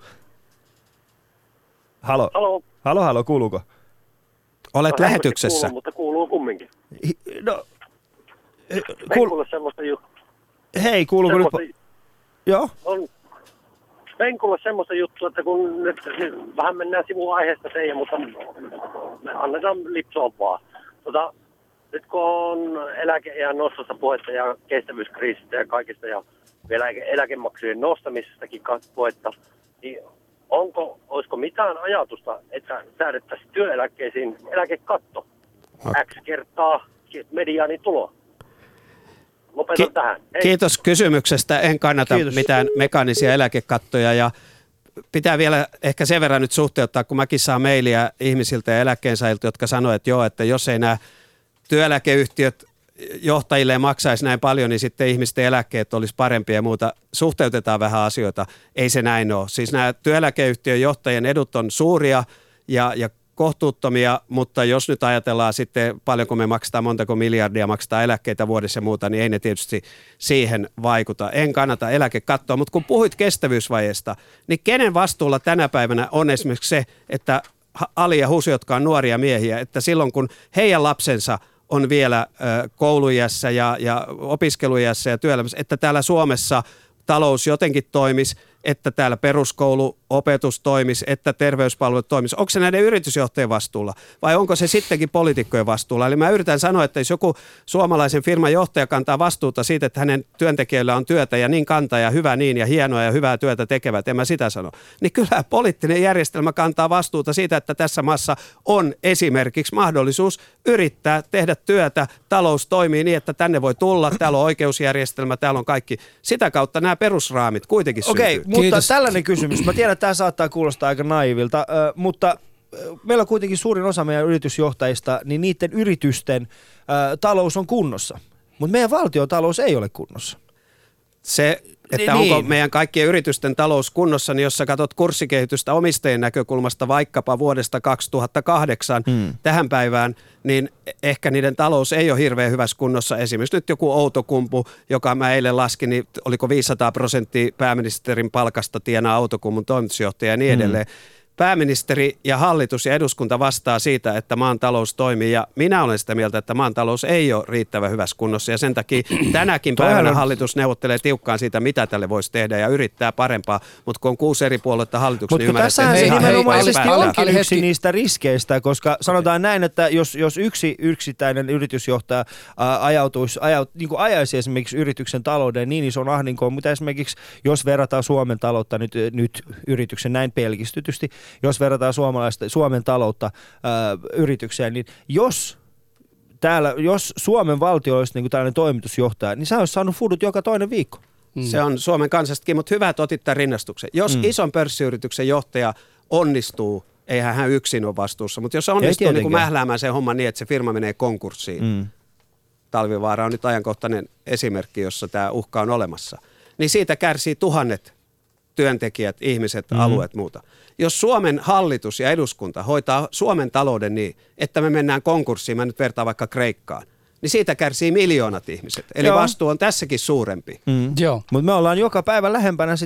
Halo. Halo, kuuluuko? Olet lähetyksessä. Kuuluu, mutta kuuluu kumminkin. Kuule semmoista juttua. Hei, kuuluuko nyt? Joo. Penkulle semmoista juttua, että kun nyt vähän mennään sivuaiheesta teidän, mutta me annetaan lipsua vaan. Nyt kun on eläkeiän nostosta puhetta ja kestävyyskriisistä ja kaikista ja vielä eläkemaksujen nostamisestakin puhetta, niin olisiko mitään ajatusta, että säädettäisiin työeläkkeisiin eläkekatto X kertaa mediaanitulo? Kiitos kysymyksestä. En kannata mitään mekaanisia eläkekattoja ja pitää vielä ehkä sen verran nyt suhteuttaa, kun mäkin saan mailia ihmisiltä ja eläkkeensaajilta, jotka sanoo, että joo, että jos ei nämä työeläkeyhtiöt johtajille maksaisi näin paljon, niin sitten ihmisten eläkkeet olisi parempia ja muuta. Suhteutetaan vähän asioita. Ei se näin ole. Siis nämä työeläkeyhtiön johtajien edut on suuria ja kohtuuttomia, mutta jos nyt ajatellaan sitten paljonko me maksetaan, montako miljardia maksetaan eläkkeitä vuodessa ja muuta, niin ei ne tietysti siihen vaikuta. En kannata eläkekattoa, mutta kun puhuit kestävyysvajeesta, niin kenen vastuulla tänä päivänä on esimerkiksi se, että Ali ja Husu, jotka on nuoria miehiä, että silloin kun heidän lapsensa on vielä kouluiässä ja opiskeluiässä ja työelämässä, että täällä Suomessa talous jotenkin toimisi, että täällä peruskouluopetus toimisi, että terveyspalvelut toimisi. Onko se näiden yritysjohtajien vastuulla vai onko se sittenkin poliitikkojen vastuulla? Eli mä yritän sanoa, että jos joku suomalaisen firman johtaja kantaa vastuuta siitä, että hänen työntekijöillä on työtä ja niin kantaa ja hyvä niin ja hienoa ja hyvää työtä tekevät, en mä sitä sano, niin kyllä poliittinen järjestelmä kantaa vastuuta siitä, että tässä maassa on esimerkiksi mahdollisuus yrittää tehdä työtä, talous toimii niin, että tänne voi tulla, täällä on oikeusjärjestelmä, täällä on kaikki. Sitä kautta nämä perusraamit kuitenkin syntyy. Mutta tällainen kysymys. Mä tiedän, että tämä saattaa kuulostaa aika naivilta, mutta meillä on kuitenkin suurin osa meidän yritysjohtajista, niin niiden yritysten talous on kunnossa. Mutta meidän valtiontalous ei ole kunnossa. Se, että onko meidän kaikkien yritysten talous kunnossa, niin jos sä katsot kurssikehitystä omistajien näkökulmasta vaikkapa vuodesta 2008 tähän päivään, niin ehkä niiden talous ei ole hirveän hyvässä kunnossa. Esimerkiksi nyt joku Outokumpu, joka mä eilen laskin, niin oliko 500% pääministerin palkasta tienaa Outokumpun toimitusjohtaja ja niin edelleen. Pääministeri ja hallitus ja eduskunta vastaa siitä, että maan talous toimii ja minä olen sitä mieltä, että maan talous ei ole riittävän hyvässä kunnossa ja sen takia tänäkin päivänä hallitus neuvottelee tiukkaan siitä, mitä tälle voisi tehdä ja yrittää parempaa, mutta kun on 6 eri puoluetta hallituksen, niin ymmärrät, että se nimenomaisesti onkin yksi niistä riskeistä, koska sanotaan näin, että jos yksi yksittäinen yritysjohtaja ajaisi esimerkiksi yrityksen talouden niin ison ahdinkoon, mutta esimerkiksi jos verrataan Suomen taloutta nyt yrityksen näin pelkistytysti, jos verrataan Suomen taloutta yritykseen, niin jos Suomen valtio olisi niin kuin tällainen toimitusjohtaja, niin sä olisi saanut foodut joka toinen viikko. Se on Suomen kansastakin, mutta hyvä, että otit tämän rinnastuksen. Jos ison pörssiyrityksen johtaja onnistuu, eihän hän yksin ole vastuussa, mutta jos onnistuu niin kuin mähläämään sen homman niin, että se firma menee konkurssiin, Talvivaara on nyt ajankohtainen esimerkki, jossa tämä uhka on olemassa, niin siitä kärsii tuhannet työntekijät, ihmiset, alueet, muuta. Jos Suomen hallitus ja eduskunta hoitaa Suomen talouden niin, että me mennään konkurssiin, mä nyt vertaan vaikka Kreikkaan, niin siitä kärsii miljoonat ihmiset. Eli vastuu on tässäkin suurempi. Joo. Mutta me ollaan joka päivä lähempänä sitä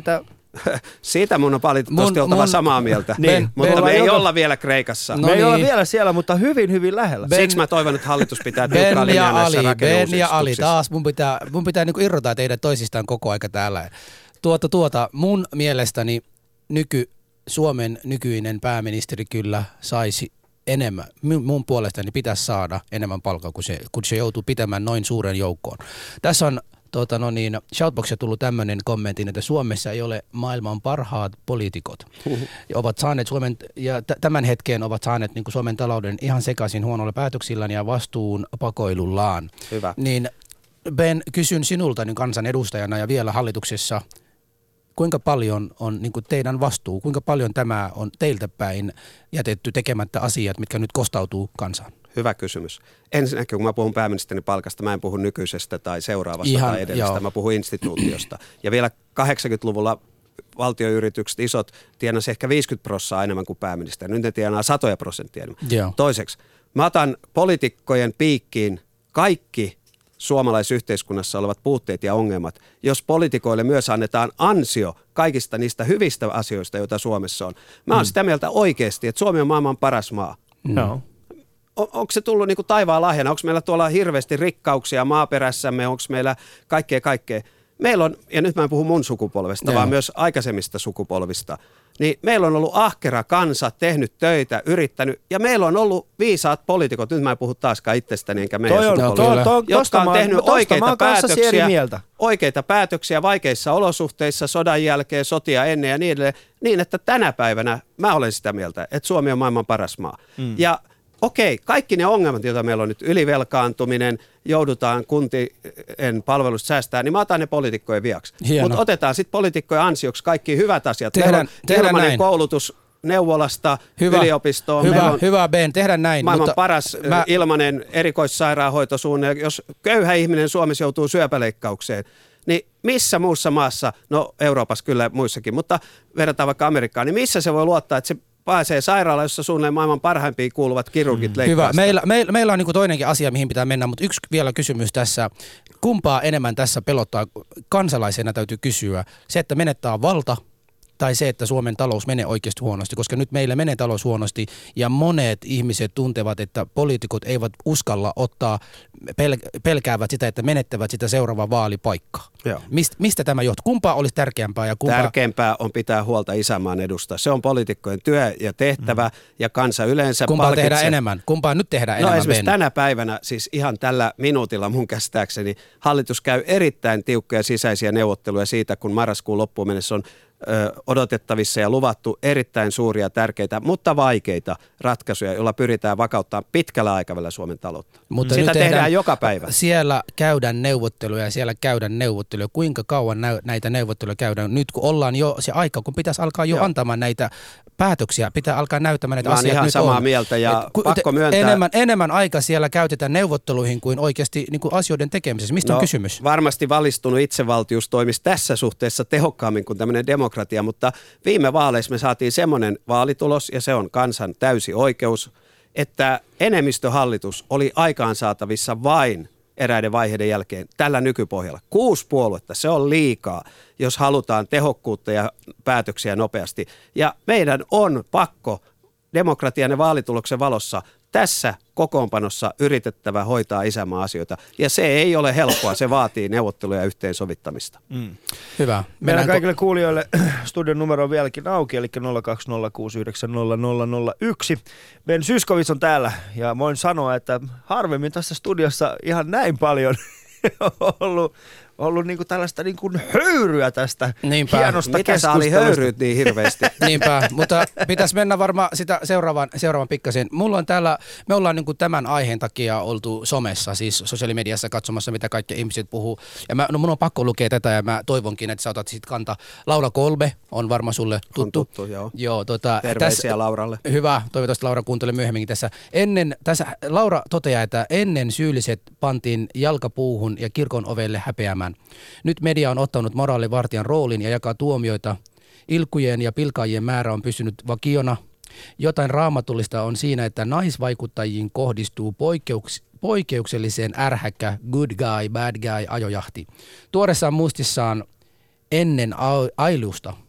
Siitä mun on valitettavasti oltava samaa mieltä, mutta me ei olla vielä Kreikassa. Me ei olla vielä siellä, mutta hyvin, hyvin lähellä. Siksi mä toivon, että hallitus pitää tiukkaa linjaa näissä rakenneuudistuksissa. Ben ja Ali, taas mun pitää niinku irrottaa teidät toisistaan koko aika täällä. Mun mielestäni Suomen nykyinen pääministeri kyllä saisi enemmän. Mun puolestani pitäisi saada enemmän palkkaa, kun se joutuu pitämään noin suuren joukkoon. Tässä on Shoutboxissa tullut tämmöinen kommentti, että Suomessa ei ole maailman parhaat poliitikot. Ovat saaneet tämän hetken ovat saaneet niin kuin Suomen talouden ihan sekaisin huonoilla päätöksillään ja vastuun pakoilullaan. Hyvä. Niin Ben, kysyn sinulta niin kansanedustajana ja vielä hallituksessa, kuinka paljon on niin kuin teidän vastuu, kuinka paljon tämä on teiltä päin jätetty tekemättä asiat, mitkä nyt kostautuu kansaan? Hyvä kysymys. Ensinnäkin, kun mä puhun pääministerin palkasta, mä en puhu nykyisestä tai seuraavasta tai edellisestä, joo. Mä puhun instituutiosta. Ja vielä 80-luvulla valtioyritykset isot tienasi ehkä 50% enemmän kuin pääministeri. Nyt ne tienaa 100% enemmän. Joo. Toiseksi, mä otan poliitikkojen piikkiin kaikki suomalaisyhteiskunnassa olevat puutteet ja ongelmat, jos poliitikoille myös annetaan ansio kaikista niistä hyvistä asioista, joita Suomessa on. Mä oon sitä mieltä oikeasti, että Suomi on maailman paras maa. No. Onko se tullut niin kuin taivaan lahjana? Onko meillä tuolla hirveästi rikkauksia maaperässämme? Onko meillä kaikkea? Meillä on, ja nyt mä en puhu mun sukupolvesta, vaan myös aikaisemmista sukupolvista, niin meillä on ollut ahkera kansa, tehnyt töitä, yrittänyt, ja meillä on ollut viisaat poliitikot, nyt mä en puhu taaskaan itsestäni enkä meidän sukupolvista, jotka on tehnyt oikeita päätöksiä vaikeissa olosuhteissa, sodan jälkeen, sotia ennen ja niin edelleen, niin että tänä päivänä mä olen sitä mieltä, että Suomi on maailman paras maa. Ja okei, kaikki ne ongelmat, joita meillä on nyt, ylivelkaantuminen, joudutaan kuntien palvelusta säästää, niin mä otan ne poliitikkojen viaksi. Mutta otetaan sitten poliitikkojen ansioksi kaikki hyvät asiat. Tehdään ilmainen koulutus neuvolasta yliopistoon. Hyvä Ben, tehdään näin. Maailman paras ilmainen erikoissairaanhoitosuunnitelma. Jos köyhä ihminen Suomessa joutuu syöpäleikkaukseen, niin missä muussa maassa, no Euroopassa kyllä muissakin, mutta verrataan vaikka Amerikkaan, niin missä se voi luottaa, että se pääsee sairaalaan, jossa suunnilleen maailman parhaimpiin kuuluvat kirurgit leikkaa. Hyvä. Meillä on niin kuin toinenkin asia, mihin pitää mennä, mutta yksi vielä kysymys tässä. Kumpaa enemmän tässä pelottaa? Kansalaisena täytyy kysyä. Se, että menettää valta, tai se, että Suomen talous menee oikeasti huonosti, koska nyt meillä menee talous huonosti ja monet ihmiset tuntevat, että poliitikot eivät uskalla ottaa, pelkäävät sitä, että menettävät sitä seuraavaa vaalipaikkaa. Mistä tämä johtuu? Kumpaa olisi tärkeämpää? Tärkeämpää on pitää huolta isänmaan edusta. Se on poliitikkojen työ ja tehtävä ja kansa yleensä Kumpaa tehdään enemmän? Kumpaa nyt tehdään enemmän? Esimerkiksi tänä päivänä, siis ihan tällä minuutilla mun käsittääkseni, hallitus käy erittäin tiukkoja sisäisiä neuvotteluja siitä, kun marraskuun loppuun mennessä on odotettavissa ja luvattu erittäin suuria, tärkeitä, mutta vaikeita ratkaisuja, joilla pyritään vakauttamaan pitkällä aikavälillä Suomen taloutta. Mutta sitä tehdään joka päivä. Siellä käydään neuvotteluja. Kuinka kauan näitä neuvotteluja käydään? Nyt kun ollaan jo se aika, kun pitäisi alkaa jo antamaan näitä päätöksiä, pitää alkaa näyttämään näitä asioita. Ihan samaa mieltä ja pakko myöntää. Enemmän aikaa siellä käytetään neuvotteluihin kuin oikeasti niin kuin asioiden tekemisessä. Mistä on kysymys? Varmasti valistunut itsevaltius toimisi tässä suhteessa tehokkaammin kuin tämmöinen demokratia, mutta viime vaaleissa me saatiin semmoinen vaalitulos, ja se on kansan täysi oikeus, että enemmistöhallitus oli aikaansaatavissa vain eräiden vaiheiden jälkeen tällä nykypohjalla. 6 puoluetta, se on liikaa, jos halutaan tehokkuutta ja päätöksiä nopeasti. Ja meidän on pakko demokratian ja vaalituloksen valossa tässä kokoonpanossa yritettävä hoitaa isänmaan asioita. Ja se ei ole helppoa, se vaatii neuvotteluja ja yhteensovittamista. Hyvä. Meidän kaikille kuulijoille studion numero on vieläkin auki, eli 020690001. Ben Zyskowicz on täällä, ja voin sanoa, että harvemmin tässä studiossa ihan näin paljon ollut niinku tällaista niinku höyryä tästä hienosta Mitä sä oli höyryt niin hirveästi? Niinpä, mutta pitäisi mennä varmaan sitä seuraavan pikkasen. Me ollaan niinku tämän aiheen takia oltu somessa, siis sosiaalimediassa katsomassa, mitä kaikki ihmiset puhuu. Ja mun on pakko lukea tätä, ja mä toivonkin, että sä otat sit kantaa. Laura Kolbe on varmaan sulle tuttu. On tuttu, joo. Terveisiä Lauralle. Hyvä, toivottavasti Laura kuuntelee myöhemminkin tässä. Laura toteaa, että ennen syylliset pantiin jalkapuuhun ja kirkon ovelle häpeämään. Nyt media on ottanut moraalivartijan roolin ja jakaa tuomioita. Ilkkujen ja pilkaajien määrä on pysynyt vakiona. Jotain raamatullista on siinä, että naisvaikuttajiin kohdistuu poikkeukselliseen ärhäkkä good guy, bad guy ajojahti. Tuoreessaan muistissaan ennen Ailusta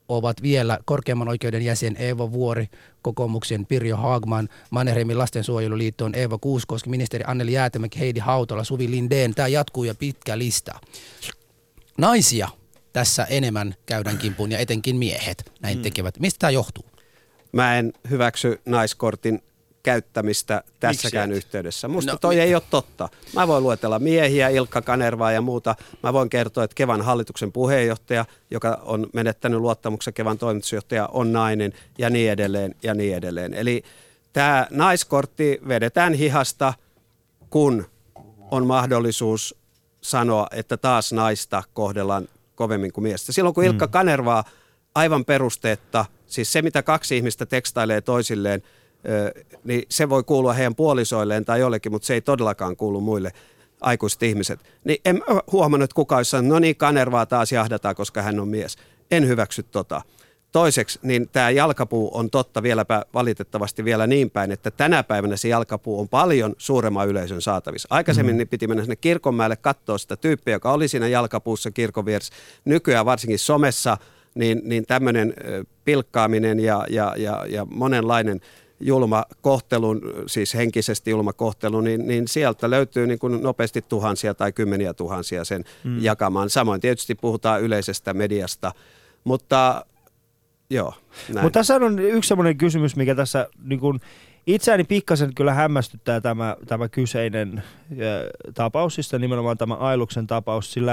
ovat vielä korkeamman oikeuden jäsen Eeva Vuori, kokoomuksen Pirjo Haagman, Mannerheimin lastensuojeluliittoon Eeva Kuuskoski, ministeri Anneli Jäätemäki, Heidi Hautala, Suvi Lindén. Tämä jatkuu ja pitkä lista. Naisia tässä enemmän käydään kimppuun ja etenkin miehet näin tekevät. Mistä tämä johtuu? Mä en hyväksy naiskortin käyttämistä tässäkään yhteydessä. Musta toi ei ole totta. Mä voin luetella miehiä, Ilkka Kanervaa ja muuta. Mä voin kertoa, että Kevan hallituksen puheenjohtaja, joka on menettänyt luottamuksen, Kevan toimitusjohtaja on nainen ja niin edelleen ja niin edelleen. Eli tämä naiskortti vedetään hihasta, kun on mahdollisuus sanoa, että taas naista kohdellaan kovemmin kuin miestä. Silloin kun Ilkka Kanervaa aivan perusteetta, siis se mitä kaksi ihmistä tekstailee toisilleen, niin se voi kuulua heidän puolisoilleen tai jollekin, mutta se ei todellakaan kuulu muille aikuiset ihmiset. Niin en huomannut, että kukaan olisi sanonut, no niin, Kanervaa taas jahdataan, koska hän on mies. En hyväksy tota. Toiseksi, niin tämä jalkapuu on totta vieläpä valitettavasti vielä niin päin, että tänä päivänä se jalkapuu on paljon suuremman yleisön saatavissa. Aikaisemmin niin piti mennä sinne Kirkonmäelle katsoa sitä tyyppiä, joka oli siinä jalkapuussa kirkon vieressä. Nykyään varsinkin somessa, niin tämmöinen pilkkaaminen ja monenlainen julma kohtelun, siis henkisesti julma kohtelu, niin sieltä löytyy niin kuin nopeasti tuhansia tai kymmeniä tuhansia sen jakamaan. Samoin tietysti puhutaan yleisestä mediasta, mutta joo. Mutta tässä on yksi semmoinen kysymys, mikä tässä niin kuin itseäni pikkasen kyllä hämmästyttää tämä kyseinen tapaus, siis nimenomaan tämä Ailuksen tapaus, sillä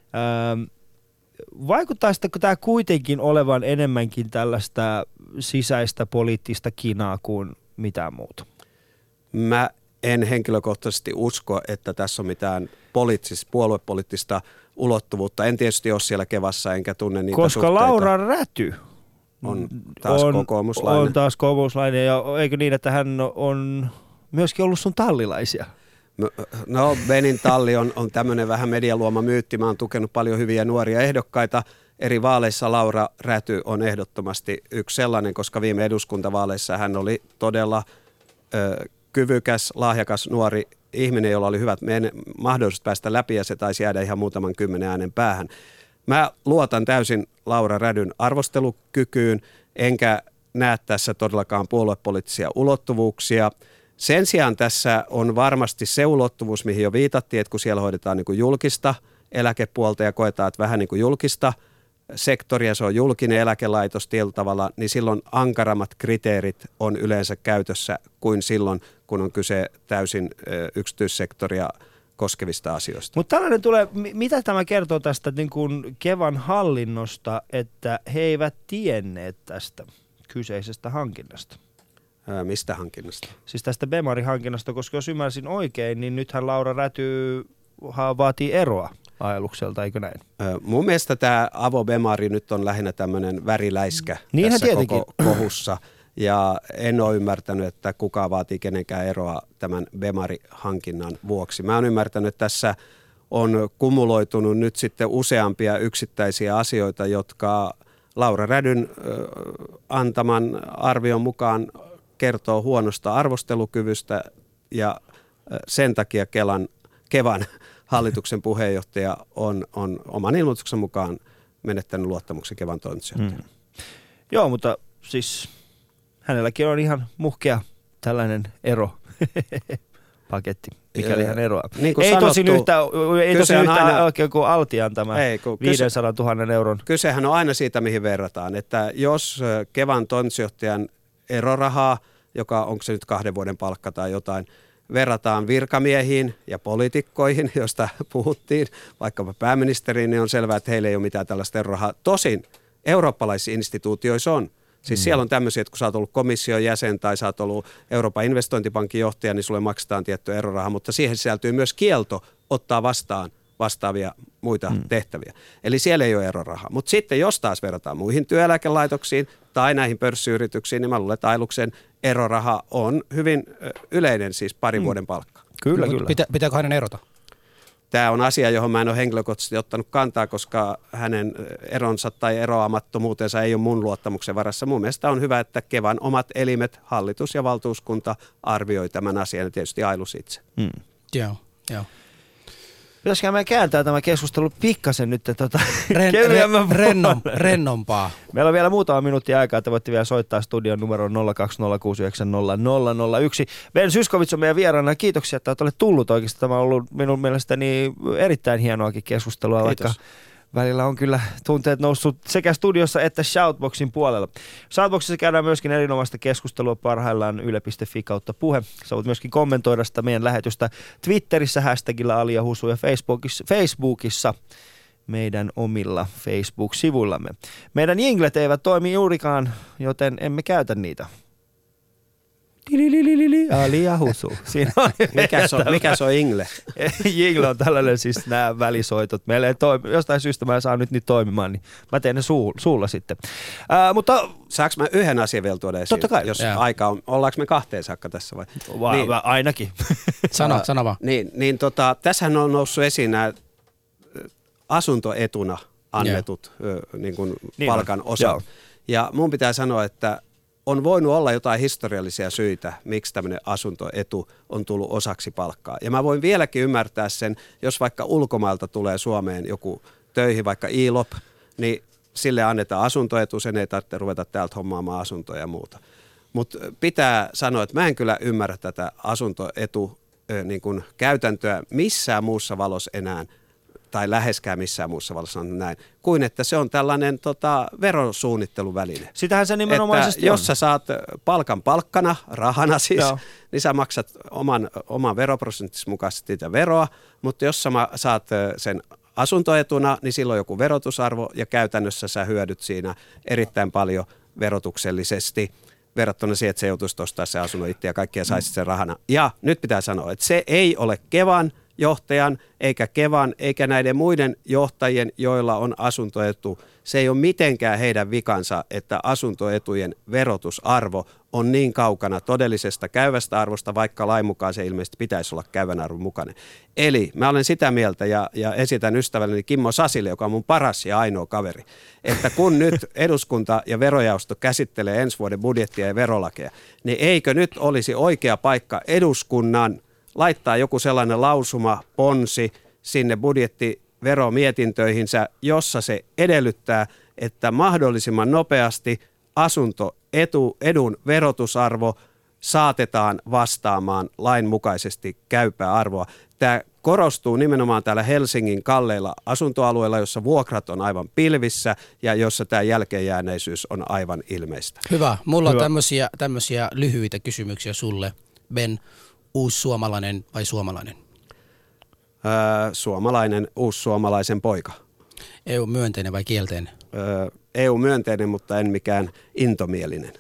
vaikuttaisiko tämä kuitenkin olevan enemmänkin tällaista sisäistä poliittista kinaa kuin mitään muuta? Mä en henkilökohtaisesti usko, että tässä on mitään puoluepoliittista ulottuvuutta. En tietysti ole siellä Kevassa enkä tunne niitä koska suhteita. Laura Räty on taas kokoomuslainen. On taas kokoomuslainen ja eikö niin, että hän on myöskin ollut sun tallilaisia? No Benin talli on tämmöinen vähän medialuoma myytti. Mä oon tukenut paljon hyviä nuoria ehdokkaita. Eri vaaleissa Laura Räty on ehdottomasti yksi sellainen, koska viime eduskuntavaaleissa hän oli todella kyvykäs, lahjakas nuori ihminen, jolla oli hyvät mahdollisuudet päästä läpi ja se taisi jäädä ihan muutaman 10 äänen päähän. Mä luotan täysin Laura Rädyn arvostelukykyyn, enkä näe tässä todellakaan puoluepoliittisia ulottuvuuksia. Sen sijaan tässä on varmasti se ulottuvuus, mihin jo viitattiin, että kun siellä hoidetaan niin kuin julkista eläkepuolta ja koetaan, että vähän niin kuin julkista sektoria, se on julkinen eläkelaitos tietyllä tavalla, niin silloin ankarammat kriteerit on yleensä käytössä kuin silloin, kun on kyse täysin yksityissektoria koskevista asioista. Mutta tällainen tulee, mitä tämä kertoo tästä niin kuin Kevan hallinnosta, että he eivät tienneet tästä kyseisestä hankinnasta? Mistä hankinnasta? Siis tästä Bemari-hankinnasta, koska jos ymmärsin oikein, niin nythän Laura Räty vaatii eroa Ailukselta, eikö näin? Mun mielestä tämä Avo-Bemari nyt on lähinnä tämmöinen väriläiskä Niinhän tässä tietenkin koko kohussa. Ja en ole ymmärtänyt, että kukaan vaatii kenenkään eroa tämän Bemari-hankinnan vuoksi. Mä oon ymmärtänyt, että tässä on kumuloitunut nyt sitten useampia yksittäisiä asioita, jotka Laura Rädyn antaman arvion mukaan kertoo huonosta arvostelukyvystä ja sen takia Kevan hallituksen puheenjohtaja on oman ilmoituksen mukaan menettänyt luottamuksen Kevan toimitusjohtajan. Joo, mutta siis hänelläkin on ihan muhkea tällainen paketti, mikäli hän eroaa. Niin ei sanottu, tosin yhtä oikein kuin Altian tämä 500 000 euron. Kysehän on aina siitä, mihin verrataan, että jos Kevan toimitusjohtajan erorahaa, joka onko se nyt 2 vuoden palkka tai jotain, verrataan virkamiehiin ja poliitikkoihin, joista puhuttiin, vaikkapa pääministeriin, niin on selvää, että heillä ei ole mitään tällaista erorahaa. Tosin eurooppalaisissa instituutioissa on. Siis siellä on tämmöisiä, että kun sä oot ollut komission jäsen tai sä oot ollut Euroopan investointipankin johtaja, niin sulle maksetaan tietty eroraha, mutta siihen sisältyy myös kielto ottaa vastaan vastaavia muita tehtäviä. Eli siellä ei ole erorahaa. Mutta sitten jos taas verrataan muihin työeläkelaitoksiin tai näihin pörssiyrityksiin, niin mä luulen, että Ailuksen eroraha on hyvin yleinen, siis 2 vuoden palkka. Kyllä. Pitääkö hänen erota? Tämä on asia, johon mä en ole henkilökohtaisesti ottanut kantaa, koska hänen eronsa tai eroamattomuutensa ei ole mun luottamuksen varassa. Mun mielestä on hyvä, että Kevan omat elimet, hallitus ja valtuuskunta arvioi tämän asian ja tietysti Ailus itse. Joo. Pitäisikö meidän kääntää tämä keskustelu pikkasen nyt rennompaa. Meillä on vielä muutama minuutti aikaa, että voitte vielä soittaa studion numero 020690001. Ben Zyskowicz on meidän vieraana. Kiitoksia, että olet tullut oikeasti. Tämä on ollut minun mielestäni erittäin hienoakin keskustelua, Kiitos. vaikka välillä on kyllä tunteet noussut sekä studiossa että Shoutboxin puolella. Shoutboxissa käydään myöskin erinomaista keskustelua parhaillaan yle.fi/puhe. Sä voit myöskin kommentoida sitä meidän lähetystä Twitterissä hashtagilla Ali ja Husu ja Facebookissa meidän omilla Facebook-sivuillamme. Meidän jinglet eivät toimi juurikaan, joten emme käytä niitä. Ali ja Husu. Siinä on Mikä se on Ingle? Jingle on tällainen siis nämä välisoitot. Meillä ei toimi, jostain syystä mä en saa nyt niitä toimimaan, niin mä teen ne suulla sitten. Mutta saanko mä yhden asian vielä tuoda esiin? Totta kai. Jos aika on, ollaanko me 2 saakka tässä vai? Niin. Ainakin. Sano vaan. Tässähän on noussut esiin nämä asuntoetuna annetut niin kuin palkan osat. Joo. Ja mun pitää sanoa, että on voinut olla jotain historiallisia syitä, miksi tämmöinen asuntoetu on tullut osaksi palkkaa. Ja mä voin vieläkin ymmärtää sen, jos vaikka ulkomailta tulee Suomeen joku töihin, vaikka ILOP, niin sille annetaan asuntoetu, sen ei tarvitse ruveta täältä hommaamaan asuntoja ja muuta. Mutta pitää sanoa, että mä en kyllä ymmärrä tätä asuntoetu niin kuin käytäntöä missään muussa valossa enää, tai läheskään missään muussa valossa on näin, kuin että se on tällainen verosuunnitteluväline. Sitähän se nimenomaisesti jos sä saat palkan palkkana, rahana siis, niin sä maksat oman veroprosenttisi mukaisesti sitä veroa, mutta jos sä saat sen asuntoetuna, niin silloin joku verotusarvo ja käytännössä sä hyödyt siinä erittäin paljon verotuksellisesti verrattuna siihen, että se joutuisi ostaa se asunnon itse ja kaikkia saisit sen rahana. Ja nyt pitää sanoa, että se ei ole Kevan johtajan, eikä Kevan, eikä näiden muiden johtajien, joilla on asuntoetu. Se ei ole mitenkään heidän vikansa, että asuntoetujen verotusarvo on niin kaukana todellisesta käyvästä arvosta, vaikka lain mukaan se ilmeisesti pitäisi olla käyvän arvon mukainen. Eli mä olen sitä mieltä ja esitän ystävälleni Kimmo Sasille, joka on mun paras ja ainoa kaveri, että kun nyt eduskunta ja verojaosto käsittelee ensi vuoden budjettia ja verolakeja, niin eikö nyt olisi oikea paikka eduskunnan laittaa joku sellainen lausuma, ponsi sinne budjettiveromietintöihinsä, jossa se edellyttää, että mahdollisimman nopeasti asuntoedun verotusarvo saatetaan vastaamaan lainmukaisesti käypää arvoa. Tämä korostuu nimenomaan täällä Helsingin kalleilla asuntoalueilla, jossa vuokrat on aivan pilvissä ja jossa tämä jälkeenjääneisyys on aivan ilmeistä. Hyvä. Mulla on tämmöisiä lyhyitä kysymyksiä sulle, Ben. Uussuomalainen vai suomalainen? Suomalainen, uussuomalaisen poika. EU-myönteinen vai kielteinen? EU-myönteinen, mutta en mikään intomielinen.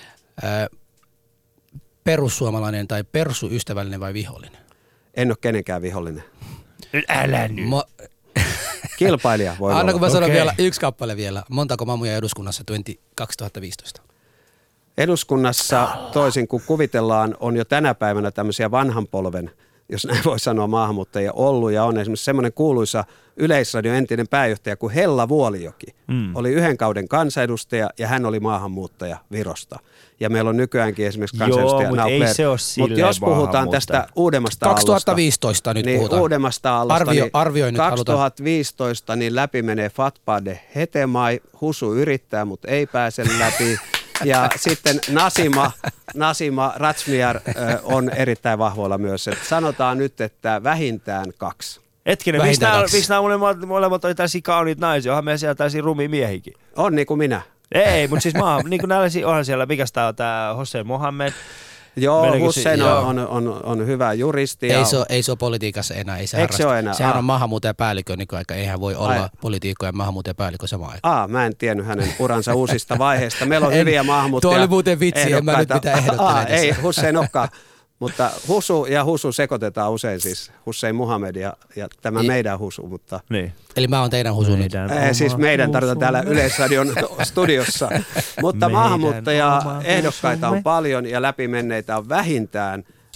Perussuomalainen tai persuystävällinen vai vihollinen? En ole kenenkään vihollinen. Älä nyt. Kilpailija voi olla. Anna kun mä sanon vielä yksi kappale vielä. Montako mamuja eduskunnassa 2015? Eduskunnassa, toisin kuin kuvitellaan, on jo tänä päivänä tämmöisiä vanhan polven, jos näin voi sanoa, maahanmuuttajia ollut. Ja on esimerkiksi semmoinen kuuluisa Yleisradion entinen pääjohtaja kuin Hella Vuolijoki. Oli 1 kauden kansanedustaja ja hän oli maahanmuuttaja Virosta. Ja meillä on nykyäänkin esimerkiksi kansanedustaja Naupler. Mutta jos puhutaan tästä uudemmasta 2015 alusta, nyt niin puhutaan. Uudemmasta alusta, Arvioi nyt 2015 niin läpi menee Fatbade Hetemai, Husu yrittää, mutta ei pääse läpi. Ja sitten Nasima Razmyar on erittäin vahvoilla myös. Et sanotaan nyt, että vähintään 2. Hetkinen, miksi nämä molemmat oli täysin kauniit naisia? Onhan meillä siellä täysin rumia miehikin. On niin kuin minä. Ei, mutta siis niin kuin onhan siellä, mikäs tää on tää Hossein Mohammed. Joo, Hussein on hyvä juristi. Ei se ole politiikassa enää. Eikö se ole enää? Sehän on maahanmuuttajapäällikkö nykyaika. Eihän voi olla politiikko ja maahanmuuttajapäällikkö samaan aikaan. Mä en tiennyt hänen uransa uusista vaiheista. Meillä on hyviä maahanmuuttajia. Tuo oli muuten vitsi, en mä nyt mitään ehdottele. Ei, Hussein olekaan. Mutta Husu sekoitetaan usein siis. Hussein Mohammed ja tämä meidän Husu. Mutta niin. Eli mä oon teidän Husu nyt. Siis meidän tarvitaan täällä Yleisradion studiossa. Mutta maahanmuuttajia ehdokkaita on paljon ja läpimenneitä on vähintään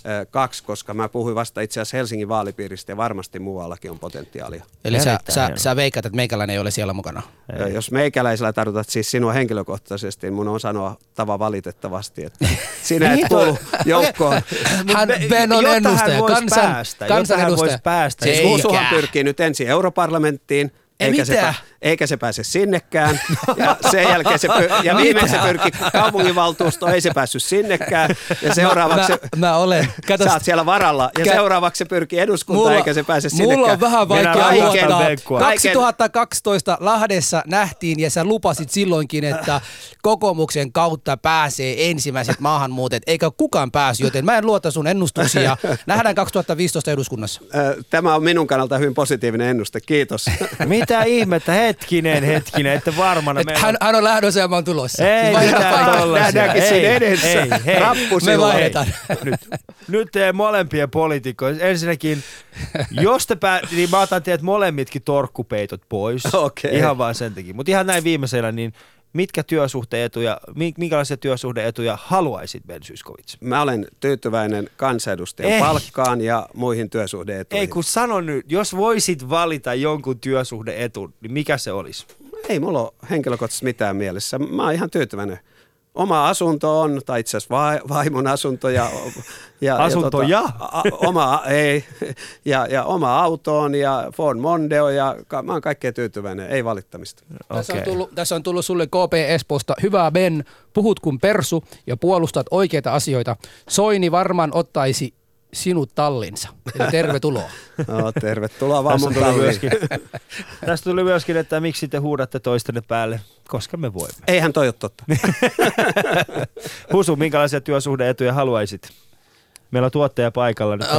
2, koska mä puhuin vasta itse asiassa Helsingin vaalipiiristä ja varmasti muuallakin on potentiaalia. Eli sä veikkaat, että meikäläinen ei ole siellä mukana? Jos meikäläisellä tarkoitat siis sinua henkilökohtaisesti, niin mun on sanottava valitettavasti, että sinä et kuulu joukkoon. Ben on ennustaja, kansanedustaja. Siis Suhan pyrkii nyt ensin europarlamenttiin, eikä se pääse sinnekään. Ja sen jälkeen viimeksi se pyrki kaupunginvaltuustoon, ei se päässyt sinnekään. Ja seuraavaksi sä oot siellä varalla. Ja seuraavaksi se pyrki eduskuntaan, eikä se pääse sinnekään. Mulla on vähän vaikea luottaa. 2012 Lahdessa nähtiin, ja sä lupasit silloinkin, että kokoomuksen kautta pääsee ensimmäiset maahanmuutet, eikä kukaan pääsy, joten mä en luota sun ennustuksia. Nähdään 2015 eduskunnassa. Tämä on minun kannalta hyvin positiivinen ennuste, kiitos. Mitä ihmettä, hetkinen, että varmana hän on lähdössä ja mä oon tulossa. Ei mitään tollasia. Nähdäänkin siinä edessä. Me vaihdetaan. Nyt molempien poliitikkoja. Ensinnäkin, jos te niin mä otan teidät molemmitkin torkkupeitot pois. Okay. Ihan vaan sen takia. Mutta ihan näin viimeisellä, niin minkälaisia työsuhde-etuja haluaisit, Ben Zyskowicz? Mä olen tyytyväinen kansanedustajan palkkaan ja muihin työsuhde-etuihin. Ei kun sano nyt, jos voisit valita jonkun työsuhde-etun, niin mikä se olisi? Ei mulla ole henkilökohtaisesti mitään mielessä. Mä oon ihan tyytyväinen. Oma asunto on, tai itse asiassa vaimon asunto ja oma auto on ja Ford Mondeo ja mä oon kaikkeen tyytyväinen, ei valittamista. Tässä on tullut sulle KP Espoosta. Hyvä Ben, puhut kun persu ja puolustat oikeita asioita. Soini varmaan ottaisi sinut tallinsa. Eli tervetuloa. No, tervetuloa vaan mun talliin. Tästä tuli myöskin, että miksi te huudatte toistenne päälle, koska me voimme. Eihän toi ole totta. Husu, minkälaisia työsuhde-etuja haluaisit? Meillä on tuottaja paikalla nyt.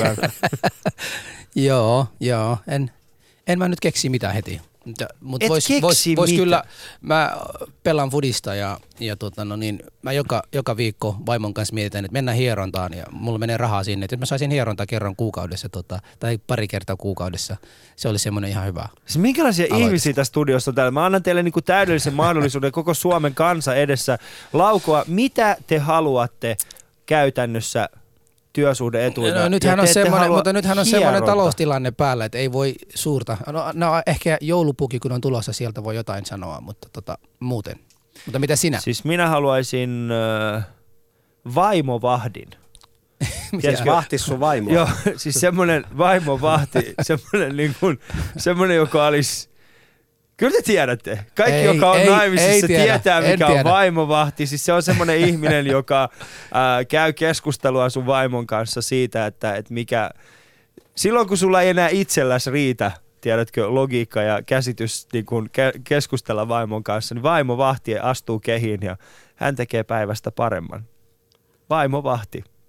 Joo. En mä nyt keksi mitään heti. Mutta vois kyllä, mä pelaan fudista ja mä joka viikko vaimon kanssa mietitään, että mennään hierontaan ja mulla menee rahaa sinne. Että jos mä saisin hierontaa kerran kuukaudessa tai pari kertaa kuukaudessa, se olisi semmoinen ihan hyvä. Siis minkälaisia ihmisiä tässä studiossa on täällä? Mä annan teille niinku täydellisen mahdollisuuden koko Suomen kansa edessä laukoa, mitä te haluatte käytännössä työsuhde-etuina. No, nythän on semmoinen taloustilanne päällä, että ei voi suurta. No ehkä joulupuki, kun on tulossa, sieltä voi jotain sanoa, mutta muuten. Mutta mitä sinä? Siis minä haluaisin vaimovahtin. Vahti sun vaimoa. Joo, siis semmoinen vaimovahti, semmoinen, joka olisi. Kyllä te tiedätte. Kaikki, joka on naimisissa, tietää, mikä on vaimovahti. Siis se on semmoinen ihminen, joka käy keskustelua sun vaimon kanssa siitä, että mikä. Silloin, kun sulla ei enää itselläsi riitä, tiedätkö, logiikka ja käsitys niin kun keskustella vaimon kanssa, niin vaimovahti astuu kehiin ja hän tekee päivästä paremman. Vaimovahti.